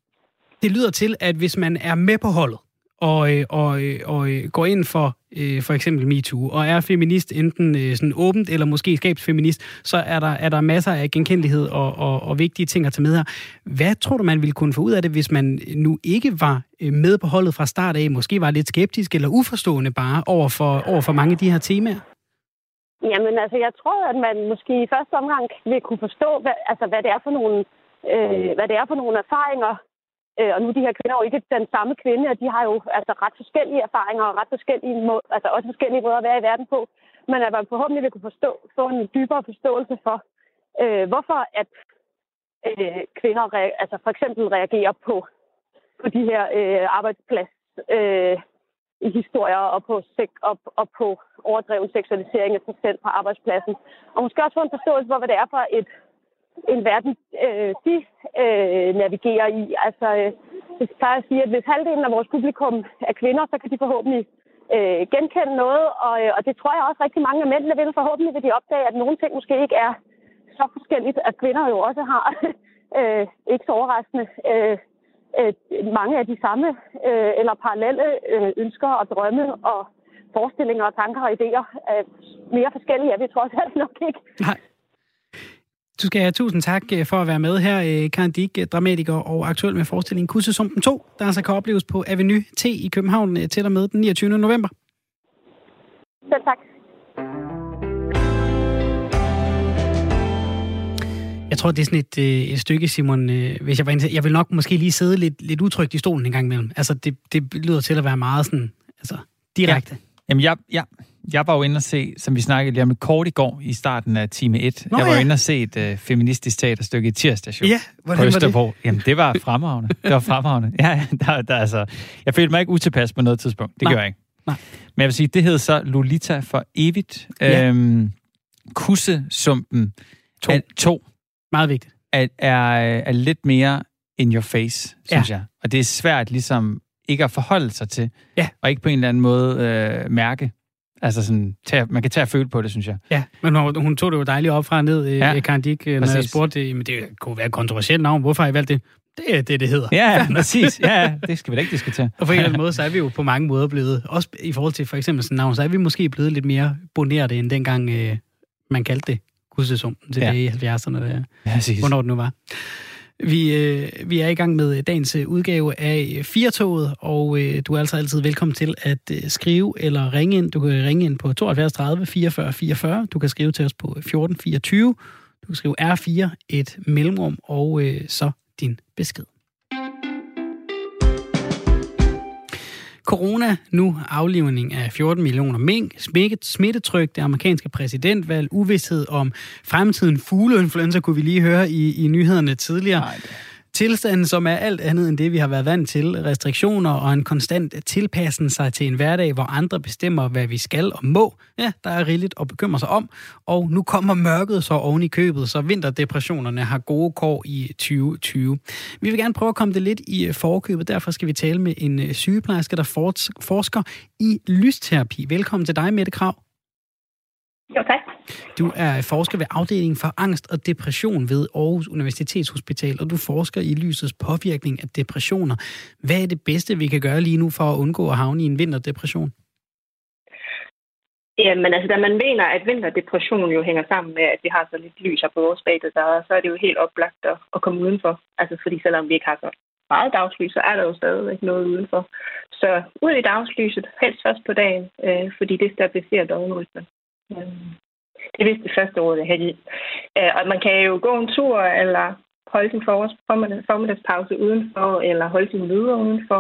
Det lyder til, at hvis man er med på holdet, og går ind for eksempel MeToo, og er feminist enten sådan åbent, eller måske skabsfeminist, så er der masser af genkendelighed og vigtige ting at tage med her. Hvad tror du, man ville kunne få ud af det, hvis man nu ikke var med på holdet fra start af, måske var lidt skeptisk eller uforstående bare over for mange af de her temaer? Jamen, altså, jeg tror, at man måske i første omgang vil kunne forstå, hvad det er for nogle erfaringer. Og nu er de her kvinder jo ikke den samme kvinde, og de har jo altså ret forskellige erfaringer og ret forskellige også forskellige måder at være i verden på. Men at man forhåbentlig vil kunne få en dybere forståelse for, hvorfor at kvinder for eksempel reagerer på de her arbejdsplads historier og på overdreven seksualisering af sig selv på arbejdspladsen. Og måske også få en forståelse for, hvad det er for en verden, de navigerer i. Altså, jeg plejer at sige, at hvis halvdelen af vores publikum er kvinder, så kan de forhåbentlig genkende noget, og det tror jeg også rigtig mange af mændene vil. Forhåbentlig vil de opdage, at nogle ting måske ikke er så forskelligt, at kvinder jo også har, ikke så overraskende, mange af de samme eller parallelle ønsker og drømme og forestillinger og tanker og idéer. Mere forskellige er vi trods alt nok ikke. Nej. Du skal have tusind tak for at være med her, Karen Dick, dramatiker og aktuel med forestillingen Kussesumpen 2, der altså kan opleves på Avenue T i København til og med den 29. november. Selv tak. Jeg tror, det er sådan et stykke, Simon, hvis jeg var inde. Jeg vil nok måske lige sidde lidt utrygt i stolen en gang imellem. Altså, det lyder til at være meget sådan, altså, direkte. Ja. Jamen, jeg var jo inde og se, som vi snakkede lige om et kort i går i starten af time 1. Jeg var jo inde og se et feministisk teaterstykke i tirsdags ja, på Østerbro. Jamen, det var fremragende. Ja, der altså, jeg følte mig ikke utilpas på noget tidspunkt. Det gør jeg ikke. Nej. Men jeg vil sige, det hed så Lolita for evigt. Ja. Kussesumpen 2. Meget vigtigt. Er lidt mere in your face, synes jeg. Og det er svært ligesom ikke at forholde sig til, og ikke på en eller anden måde mærke. Altså sådan, man kan tage og føle på det, synes jeg. Ja, men hun tog det jo dejligt op fra og ned, Karen Dick, når jeg spurgte, men det kunne være et kontroversielt navn. Hvorfor har I valgt det? Det er det hedder. Ja, præcis. Ja, det skal vi da ikke diskutere. Og på en eller anden måde, så er vi jo på mange måder blevet, også i forhold til for eksempel sådan navn, så er vi måske blevet lidt mere bonerte, end dengang man kaldte det Kussesumpen tilbage i 70'erne. Hvornår det nu var. Vi er i gang med dagens udgave af Firtoget, og du er altså altid velkommen til at skrive eller ringe ind. Du kan ringe ind på 72 30 44 44. Du kan skrive til os på 1424. Du kan skrive R4, et mellemrum, og så din besked. Corona, nu aflivning af 14 millioner mink, smittetryk, det amerikanske præsidentvalg, uvished om fremtiden, fugleinfluenza, kunne vi lige høre i nyhederne tidligere. Tilstanden, som er alt andet end det, vi har været vant til. Restriktioner og en konstant tilpassen sig til en hverdag, hvor andre bestemmer, hvad vi skal og må. Ja, der er rigeligt at bekymre sig om. Og nu kommer mørket så oven i købet, så vinterdepressionerne har gode kår i 2020. Vi vil gerne prøve at komme det lidt i forkøbet. Derfor skal vi tale med en sygeplejerske, der forsker i lysterapi. Velkommen til dig, Mette Krag. Jo, tak. Du er forsker ved afdelingen for angst og depression ved Aarhus Universitetshospital, og du forsker i lysets påvirkning af depressioner. Hvad er det bedste, vi kan gøre lige nu for at undgå at havne i en vinterdepression? Jamen altså, da man mener, at vinterdepression jo hænger sammen med, at vi har så lidt lys på vores bag, så er det jo helt oplagt at komme udenfor. Altså fordi selvom vi ikke har så meget dagslys, så er der jo stadig noget udenfor. Så ud i dagslyset, helst først på dagen, fordi det stabiliserer døgnrytmen. Det er vist det første ord, jeg har givet. Og man kan jo gå en tur, eller holde sin formiddagspause udenfor, eller holde sin møder udenfor.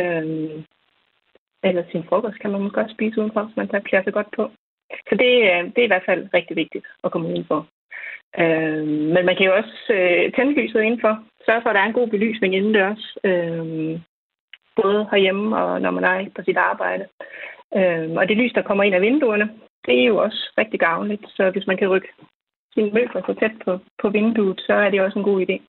Eller sin frokost kan man måske også spise udenfor, så man klæder sig godt på. Så det er i hvert fald rigtig vigtigt at komme udenfor. Men man kan jo også tænde lyset indenfor. Sørge for, at der er en god belysning indendørs. Både herhjemme og når man er på sit arbejde. Og det lys, der kommer ind af vinduerne, det er jo også rigtig gavnligt. Så hvis man kan rykke sine møbler så tæt på vinduet, så er det også en god idé.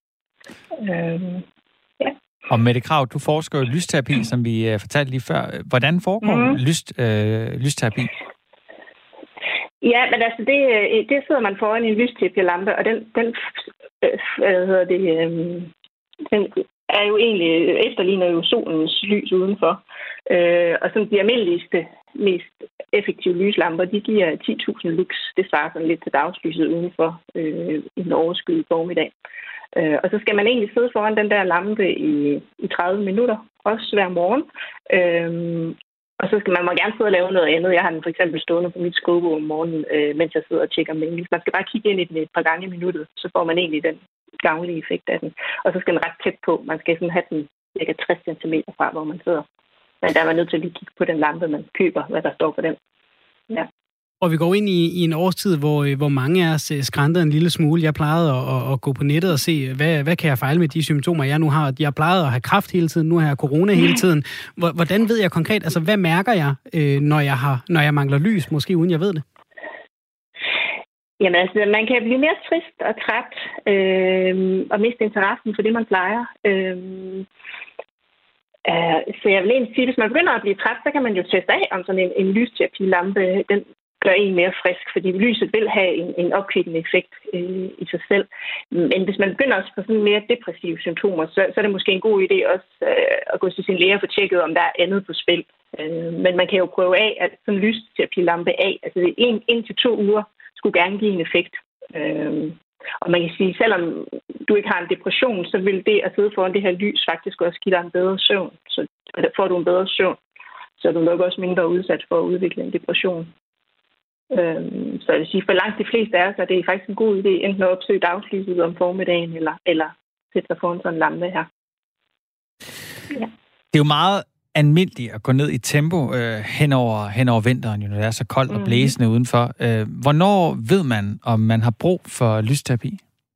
Ja. Og Mette Krag, du forsker jo lysterapi, som vi fortalte lige før. Hvordan foregår lysterapi? Ja, men altså det sidder man foran en lysterapilampe, og den er jo egentlig, efterligner jo solens lys udenfor. Og som de almindeligste, mest effektive lyslamper, de giver 10.000 lux. Det svarer sådan lidt til dagslyset udenfor i en overskyet formiddag. Og så skal man egentlig sidde foran den der lampe i 30 minutter, også hver morgen. Og så skal man må gerne sidde og lave noget andet. Jeg har den for eksempel stående på mit skrivebord om morgenen, mens jeg sidder og tjekker mails. Man skal bare kigge ind i den et par gange i minuttet, så får man egentlig den gavnlige effekt af den. Og så skal den ret tæt på. Man skal sådan have den cirka 60 cm fra, hvor man sidder. Men der er man nødt til at lige kigge på den lampe, man køber, hvad der står på den. Ja. Og vi går ind i en årstid, hvor mange af os skrænter en lille smule. Jeg plejede at gå på nettet og se, hvad kan jeg fejle med de symptomer, jeg nu har. Jeg plejede at have kræft hele tiden, nu har jeg corona hele tiden. Hvordan ved jeg konkret, altså hvad mærker jeg, når jeg mangler lys, måske uden jeg ved det? Jamen altså, man kan blive mere trist og træt og miste interessen for det, man plejer. Så jeg vil egentlig sige, hvis man begynder at blive træt, så kan man jo teste af om sådan en lysterapilampe. Den gør en mere frisk, fordi lyset vil have en opkvikkende effekt i sig selv. Men hvis man begynder at få sådan mere depressive symptomer, så er det måske en god idé også at gå til sin læge og få tjekket, om der er andet på spil. Men man kan jo prøve af, at sådan en lysterapilampe af, altså 1 til 2 uger, skulle gerne give en effekt. Og man kan sige, selvom du ikke har en depression, så vil det at sidde foran det her lys faktisk også give dig en bedre søvn. Så får du en bedre søvn, så er du nok også mindre udsat for at udvikle en depression. Så jeg vil sige, for langt de fleste af os er det faktisk en god idé enten at opsøge dagslyset om formiddagen, eller sætte sig foran sådan en lampe her. Ja. Det er jo meget almindeligt at gå ned i tempo hen over vinteren, når det er så koldt og blæsende udenfor. Hvornår ved man, om man har brug for lysterapi?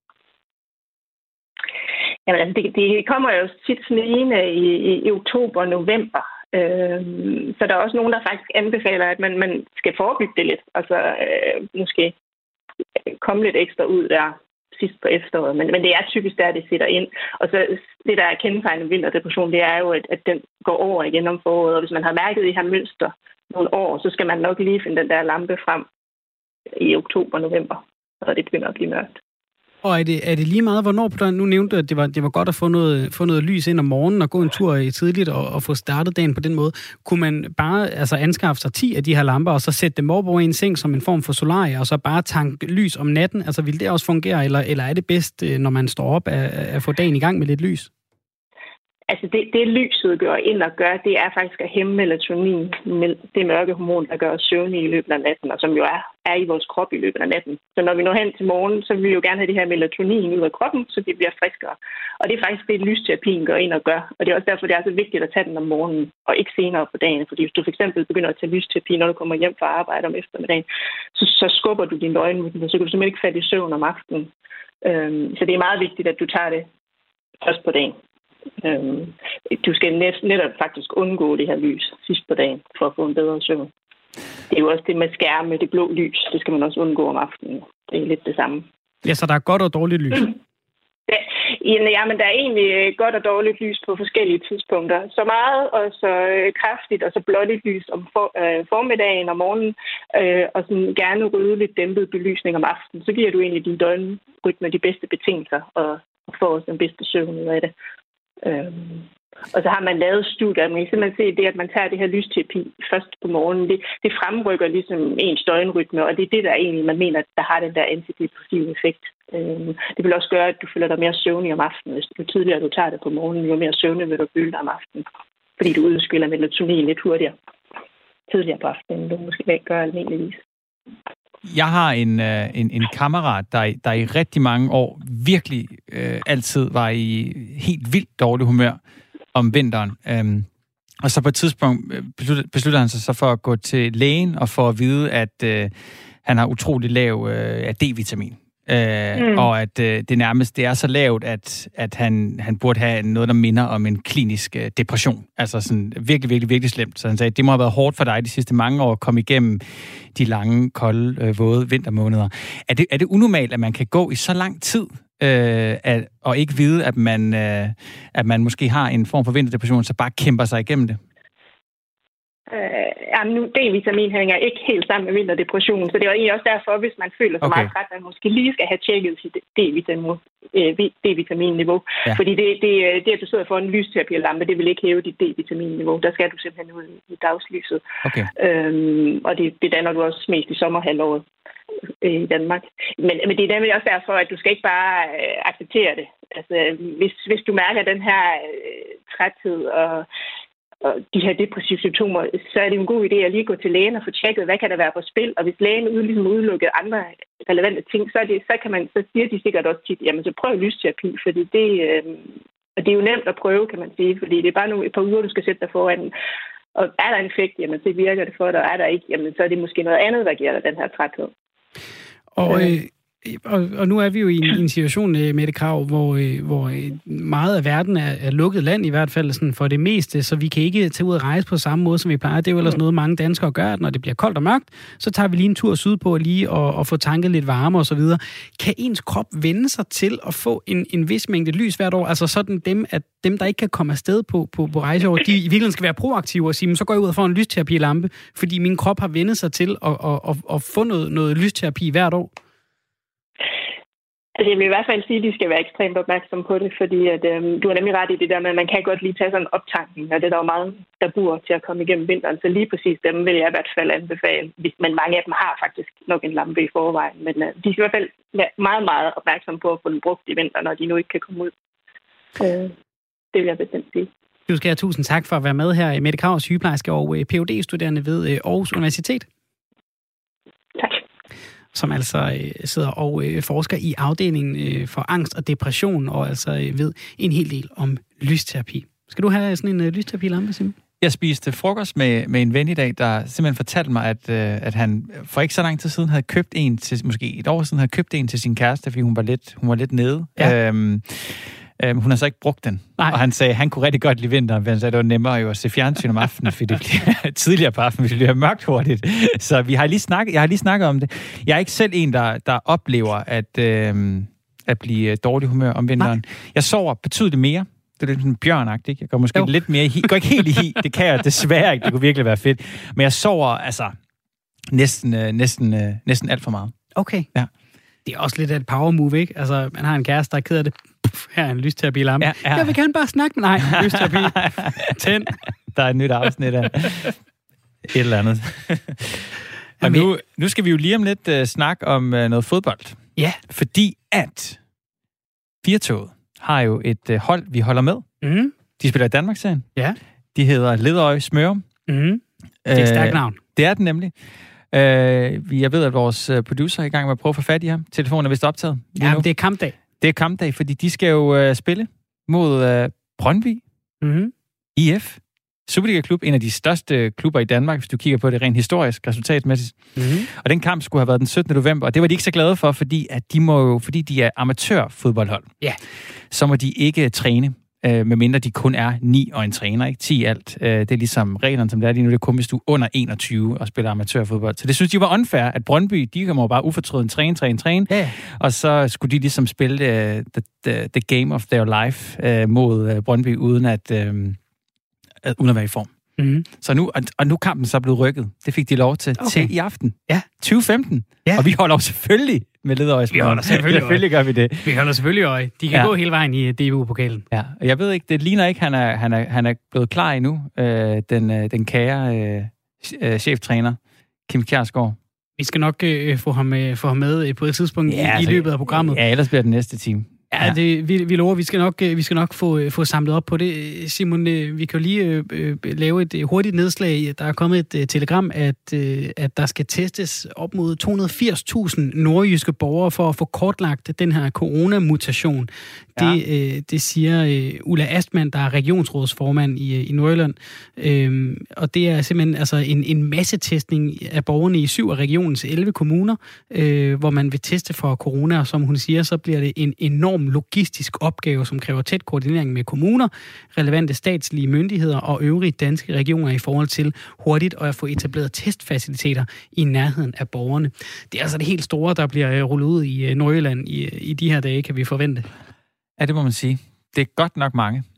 Jamen, altså, det kommer jo tit snigende i oktober og november. Så der er også nogen, der faktisk anbefaler, at man skal forebygge det lidt. Altså måske komme lidt ekstra ud der sidst på efteråret. Men det er typisk der, det sætter ind. Og så det, der er kendetegnet vinterdepression, det er jo, at den går over igen om foråret. Og hvis man har mærket det her mønster nogle år, så skal man nok lige finde den der lampe frem i oktober-november, og det begynder at blive mørkt. Og er det lige meget, hvornår på dagen? Nu nævnte du, at det var godt at få noget lys ind om morgenen og gå en tur tidligt og få startet dagen på den måde. Kunne man bare anskaffe sig 10 af de her lamper, og så sætte dem op over en seng som en form for solarie, og så bare tanke lys om natten? Altså, vil det også fungere, eller er det bedst, når man står op, at få dagen i gang med lidt lys? Altså det lyset gør ind og gør, det er faktisk at hæmme melatonin, det mørke hormon, der gør os søvnige i løbet af natten, og som jo er i vores krop i løbet af natten. Så når vi når hen til morgen, så vil vi jo gerne have det her melatonin ud af kroppen, så vi bliver friskere. Og det er faktisk det, lysterapien gør ind og gør. Og det er også derfor, det er så vigtigt at tage den om morgenen, og ikke senere på dagen. Fordi hvis du for eksempel begynder at tage lysterapi, når du kommer hjem fra arbejde om eftermiddagen, så skubber du din døgnrytme, så kan du simpelthen ikke falde i søvn om aftenen. Så det er meget vigtigt, at du tager det først på dagen. Du skal netop faktisk undgå det her lys sidst på dagen, for at få en bedre søvn. Det er jo også det med skærme, det blå lys. Det skal man også undgå om aftenen. Det er lidt det samme. Ja, så der er godt og dårligt lys? Ja, men der er egentlig godt og dårligt lys på forskellige tidspunkter. Så meget og så kraftigt og så blåligt lys om formiddagen og morgenen, og sådan gerne rødligt dæmpet belysning om aftenen. Så giver du egentlig din døgnrytme de bedste betingelser og får også den bedste søvn ud af det. Og så har man lavet studier, man kan simpelthen se det, at man tager det her lysterapi først på morgenen, det fremrykker ligesom ens døgnrytme, og det er det, der egentlig, man mener, der har den der antidepressive effekt. Det vil også gøre, at du føler dig mere søvnig om aftenen. Jo tidligere du tager det på morgenen, jo mere søvnig vil du føle dig om aftenen, fordi du udskiller melatonin lidt hurtigere tidligere på aftenen, end du måske ikke gør almindeligvis. Jeg har en kammerat, der i rigtig mange år virkelig altid var i helt vildt dårlig humør om vinteren. Og så på et tidspunkt beslutter han sig så for at gå til lægen og få at vide, at han har utrolig lav D-vitamin. Og at det nærmest det er så lavt, at han burde have noget, der minder om en klinisk depression. Altså sådan virkelig, virkelig, virkelig slemt. Så han sagde, at det må have været hårdt for dig de sidste mange år at komme igennem de lange, kolde, våde vintermåneder. Er det unormalt, at man kan gå i så lang tid og ikke vide, at man måske har en form for vinterdepression, så bare kæmper sig igennem det? Nu, D-vitamin hænger ikke helt sammen med vinterdepression, så det var egentlig også derfor, hvis man føler sig meget træt, at man måske lige skal have tjekket sit D-vitaminniveau. Ja. Fordi det at du sidder for en lysterapilampe, det vil ikke hæve dit D-vitaminniveau. Der skal du simpelthen ud i dagslyset. Okay. Og det danner du også mest i sommerhalvåret i Danmark. Men det er nemlig også derfor, at du skal ikke bare acceptere det. Altså, hvis du mærker den her træthed og de her depressive symptomer, så er det en god idé at lige gå til lægen og få tjekket, hvad kan der være på spil. Og hvis lægen ligesom udelukker andre relevante ting, så siger de sikkert også tit, jamen så prøv lysterapi, fordi det er jo nemt at prøve, kan man sige, fordi det er bare et par uger, du skal sætte dig foran. Og er der en effekt, jamen så virker det for dig, og er der ikke, jamen så er det måske noget andet, der giver dig den her træthed. Og nu er vi jo i en situation, Mette Krag, hvor meget af verden er lukket land, i hvert fald sådan for det meste, så vi kan ikke tage ud og rejse på samme måde, som vi plejer. Det er jo ellers noget, mange danskere gør, at når det bliver koldt og mørkt, så tager vi lige en tur sydpå lige og få tanket lidt varme og så videre. Kan ens krop vende sig til at få en vis mængde lys hvert år? Altså sådan dem, der ikke kan komme afsted på rejseår, de i virkeligheden skal være proaktive og sige, men så går jeg ud og får en lysterapilampe, fordi min krop har vendt sig til at få noget lysterapi hvert år. Altså jeg vil i hvert fald sige, at de skal være ekstremt opmærksomme på det, fordi at, du har nemlig ret i det der med, at man kan godt lige tage sådan en optankning, og det er der jo mange, der bor til at komme igennem vinteren, så lige præcis dem vil jeg i hvert fald anbefale, men mange af dem har faktisk nok en lampe i forvejen, men de skal i hvert fald være meget, meget opmærksomme på at få den brugt i vinter, når de nu ikke kan komme ud. Det vil jeg bestemt sige. Du skal have tusind tak for at være med her, Mette Krag, sygeplejerske og Ph.D.-studerende ved Aarhus Universitet. Tak. Som altså sidder og forsker i afdelingen for angst og depression, og altså ved en hel del om lysterapi. Skal du have sådan en lysterapilampe, Simon? Jeg spiste frokost med en ven i dag, der simpelthen fortalte mig, at han for ikke så lang tid siden havde købt en til, måske et år siden, havde købt en til sin kæreste, fordi hun var lidt nede. Ja. Hun har så ikke brugt den. Nej. Og han sagde, at han kunne rigtig godt lide vinteren, men han sagde, at det var nemmere jo at se fjernsyn om aftenen, fordi det bliver tidligere på aftenen, fordi det bliver mørkt hurtigt. Så jeg har lige snakket om det. Jeg er ikke selv en, der oplever at blive dårlig humør om vinteren. Nej. Jeg sover betydeligt mere. Det er lidt sådan bjørnagtigt, ikke? Jeg går måske lidt mere i hi. Går ikke helt i hi. Det kan jeg desværre ikke. Det kunne virkelig være fedt. Men jeg sover altså næsten alt for meget. Okay. Ja. Det er også lidt af et power move, ikke? Altså, man har en kæreste, der er ked af det. Her er en lysterapilampe. Ja. Jeg vil gerne bare snakke med dig. Lysterapi. Tænd. Der er et nyt afsnit af et eller andet. Og nu skal vi jo lige om lidt snakke om noget fodbold. Ja. Fordi at Firtoget har jo et hold, vi holder med. Mm. De spiller i Danmarksserien. Ja. De hedder Ledøje Smørum. Mm. Det er et stærkt navn. Det er den nemlig. Jeg ved, at vores producer er i gang med at prøve at få fat i ham. Telefonen er vist optaget. Ja, men det er kampdag. Det er kampdag, fordi de skal jo spille mod Brøndby, IF, Superliga-klub, en af de største klubber i Danmark, hvis du kigger på det rent historisk resultatmæssigt. Og den kamp skulle have været den 17. november, og det var de ikke så glade for, fordi de er amatørfodboldhold. Ja. Så må de ikke træne, medmindre de kun er 9 og en træner, ikke 10 alt. Det er ligesom reglerne, som det er lige nu. Det er kun, hvis du er under 21 og spiller amatørfodbold. Så det synes de var unfair, at Brøndby, de kommer bare ufortrødent træne. Ja. Og så skulle de ligesom spille the game of their life mod Brøndby, uden at være i form. Mm-hmm. Så nu kampen så blevet rykket. Det fik de lov til i aften. Ja. 2015. Ja. Og vi holder jo selvfølgelig med Ledøje. Vi holder selvfølgelig gør vi det. Vi holder selvfølgelig øje. De kan gå hele vejen i DBU-pokalen. Ja, og jeg ved ikke, det ligner ikke, han er blevet klar endnu, den kære cheftræner, Kim Kjærsgaard. Vi skal nok få ham med på et tidspunkt i løbet af programmet. Ja, ellers bliver det næste time. Ja, vi lover, vi skal nok få samlet op på det. Simon, vi kan jo lige lave et hurtigt nedslag. Der er kommet et telegram, at der skal testes op mod 280.000 nordjyske borgere for at få kortlagt den her coronamutation. Ja. Det siger Ulla Astmann, der er regionsrådsformand i Nordjylland. Og det er simpelthen altså en massetestning af borgerne i 7 af regionens 11 kommuner, hvor man vil teste for corona, og som hun siger, så bliver det en enorm logistisk opgave, som kræver tæt koordinering med kommuner, relevante statslige myndigheder og øvrige danske regioner i forhold til hurtigt at få etableret testfaciliteter i nærheden af borgerne. Det er altså det helt store, der bliver rullet ud i Nordjylland i de her dage, kan vi forvente. Ja, det må man sige. Det er godt nok mange.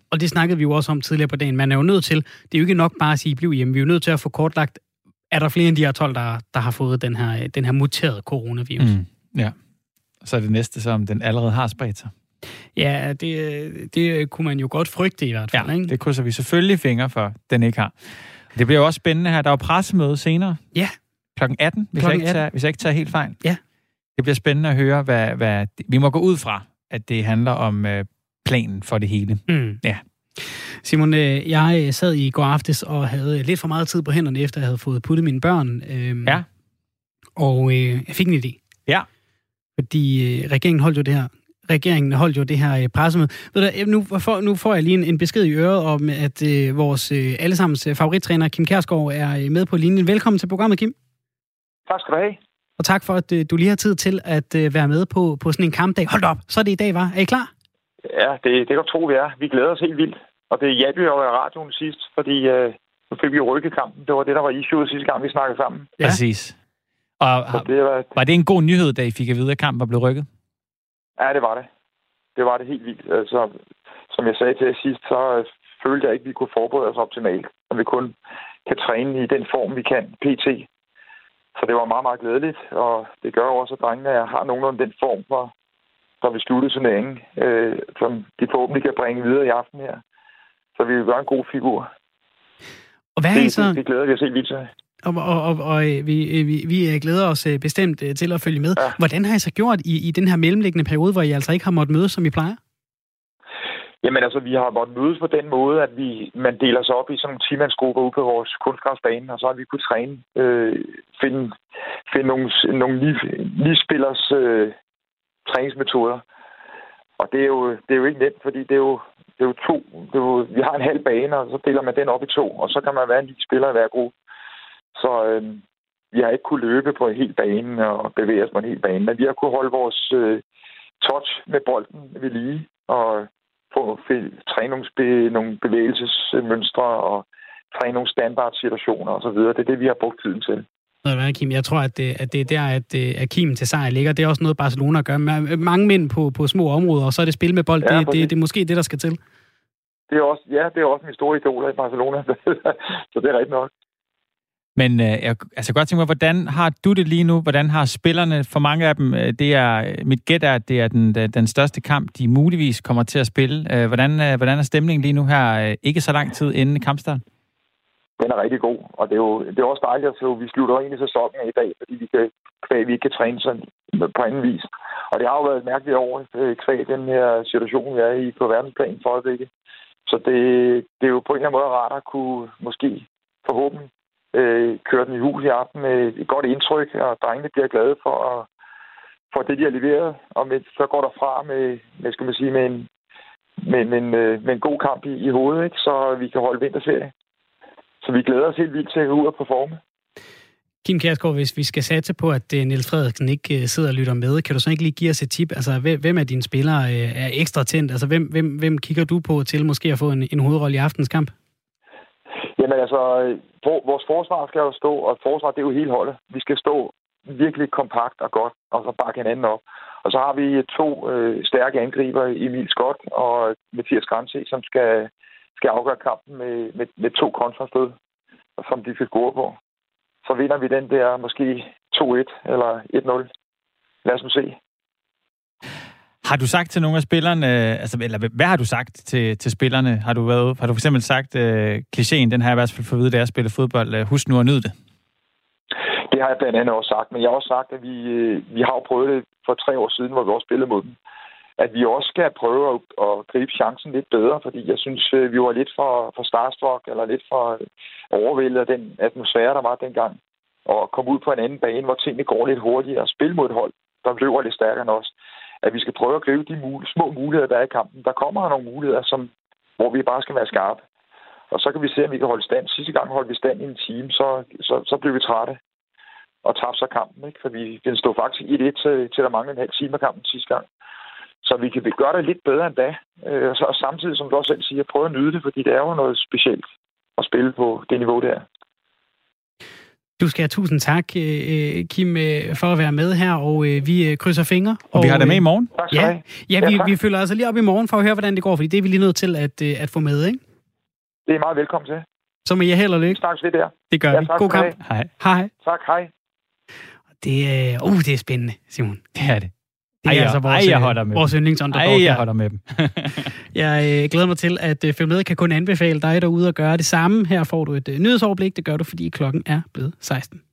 Og det snakkede vi jo også om tidligere på dagen. Man er jo nødt til, det er jo ikke nok bare at sige, bliv hjemme. Vi er jo nødt til at få kortlagt, er der flere end de her 12, der har fået den her muterede coronavirus. Ja. Så er det næste, som den allerede har spredt sig. Ja, det kunne man jo godt frygte i hvert fald. Ja, ikke? Det krydser vi selvfølgelig fingre for, den ikke har. Det bliver jo også spændende her. Der er jo pressemøde senere. Ja. Klokken 18, hvis jeg ikke tager helt fejl. Ja. Det bliver spændende at høre, hvad vi må gå ud fra, at det handler om planen for det hele. Ja. Simon, jeg sad i går aftes og havde lidt for meget tid på hænderne, efter jeg havde fået puttet mine børn. Ja. Og jeg fik en idé. Ja. Fordi regeringen holdt jo det her pressemøde. Ved du, nu får jeg lige en besked i øret om, at vores allesammens favorittræner, Kim Kjærsgaard, er med på linjen. Velkommen til programmet, Kim. Tak skal du have. Og tak for, at du lige har tid til at være med på sådan en kampdag. Hold op, så er det i dag, var. Er I klar? Ja, det kan du tro, vi er. Vi glæder os helt vildt. Og det hjalp jo i radioen sidst, fordi nu fik vi jo rykket kampen. Det var det, der var issueet sidste gang, vi snakkede sammen. Ja. Præcis. Og var det en god nyhed, da I fik at vide, at kampen var blevet rykket? Ja, det var det. Det var det helt vildt. Altså, som jeg sagde til jer sidst, så følte jeg ikke, at vi kunne forberede os optimalt. Og vi kun kan træne i den form, vi kan, PT. Så det var meget, meget glædeligt. Og det gør også, at drengene har nogenlunde den form for vi sluttede turneringen, som de forhåbentlig kan bringe videre i aften her. Så vi vil gøre en god figur. Og hvad er I så? Det glæder vi os helt vildt til. Og vi glæder os bestemt til at følge med. Ja. Hvordan har I så gjort i den her mellemliggende periode, hvor I altså ikke har måttet mødes, som I plejer? Jamen altså, vi har måttet mødes på den måde, at man deler sig op i sådan nogle 10-mandsgrupper ude på vores kunstgræsbane, og så har vi kunnet træne, finde nogle livsspillers træningsmetoder. Og det er jo ikke nemt, fordi det er jo vi har en halv bane, og så deler man den op i 2, og så kan man være en livsspiller i hver gruppe. Så vi har ikke kunnet løbe på en hel bane og bevæge os på en hel bane, men vi har kunnet holde vores touch med bolden ved lige, og træne nogle bevægelsesmønstre og træne nogle standardsituationer osv. Det er det, vi har brugt tiden til. Kim, jeg tror, at det er der, at Kim til sejr ligger. Det er også noget, Barcelona gør. Mange mænd på små områder, og så er det spil med bold. Ja, det er måske det, der skal til. Det er også min store idol i Barcelona, så det er rigtigt nok. Men jeg godt tænke mig, hvordan har du det lige nu? Hvordan har spillerne, for mange af dem, mit gæt er, at det er den største kamp, de muligvis kommer til at spille. Hvordan er stemningen lige nu her, ikke så lang tid inden kampstart? Den er rigtig god, og det er også dejligt at se, at vi slutter ind i sæsonen i dag, fordi vi ikke kan træne sådan på anden vis. Og det har jo været et mærkeligt år, kvæg den her situation, vi er i på verdensplan for øjeblikket. Så det er jo på en eller anden måde rart at kunne måske forhåbentlig køre den i hus i aften med et godt indtryk, og drengene bliver glade for det, de har leveret. Og så går der fra med en god kamp i hovedet, ikke? Så vi kan holde vinterferie. Så vi glæder os helt vildt til at gå ud og performe. Kim Kjærsgaard, hvis vi skal satse på, at Niels Frederiksen ikke sidder og lytter med, kan du så ikke lige give os et tip? Altså, hvem af dine spillere er ekstra tændt? Altså, hvem kigger du på til måske at få en hovedrolle i aftens kamp? Jamen altså, vores forsvar skal jo stå, og forsvar, det er jo hele holdet. Vi skal stå virkelig kompakt og godt, og så bakke hinanden op. Og så har vi 2 stærke angriber, Emil Scott og Mathias Granse, som skal afgøre kampen med 2 kontrastød, som de skal score på. Så vinder vi den der måske 2-1 eller 1-0. Lad os nu se. Har du sagt til nogle af spillerne, eller hvad har du sagt til spillerne? Har du for eksempel sagt klichéen, den har jeg i hvert fald fået at vide, da jeg spiller fodbold, husk nu at nyde det? Det har jeg blandt andet også sagt, men jeg har også sagt, at vi har jo prøvet det for 3 år siden, hvor vi også spillede mod dem. At vi også skal prøve at gribe chancen lidt bedre, fordi jeg synes, vi var lidt for starstruck, eller lidt for overvældet af den atmosfære, der var dengang. Og komme ud på en anden bane, hvor tingene går lidt hurtigere, og spille mod et hold, der løber lidt stærkere end os. At vi skal prøve at gribe de små muligheder, der er i kampen. Der kommer nogle muligheder, hvor vi bare skal være skarpe. Og så kan vi se, om vi kan holde stand. Sidste gang holdt vi stand i en time, så blev vi trætte og tabte så kampen. Ikke? For den stod faktisk 1-1 til der manglede en halv time af kampen sidste gang. Så vi kan gøre det lidt bedre end da. Og samtidig, som du også selv siger, prøve at nyde det, fordi det er jo noget specielt at spille på det niveau der. Du skal have tusind tak, Kim, for at være med her, og vi krydser fingre. Og vi har dig med i morgen. Vi følger altså lige op i morgen for at høre, hvordan det går, fordi det er vi lige nødt til at få med, ikke? Det er meget velkommen til. Så må jeg held og lykke. Snakkes ved der. Det gør vi. God kamp. Hej. Tak, hej. Det er spændende, Simon. Det er det. Det er altså vores yndlingsunderdog. Jeg holder med dem. Jeg glæder mig til at følge med. Jeg kan kun anbefale dig derude at gøre det samme. Her får du et nyhedsoverblik. Det gør du, fordi klokken er blevet 16.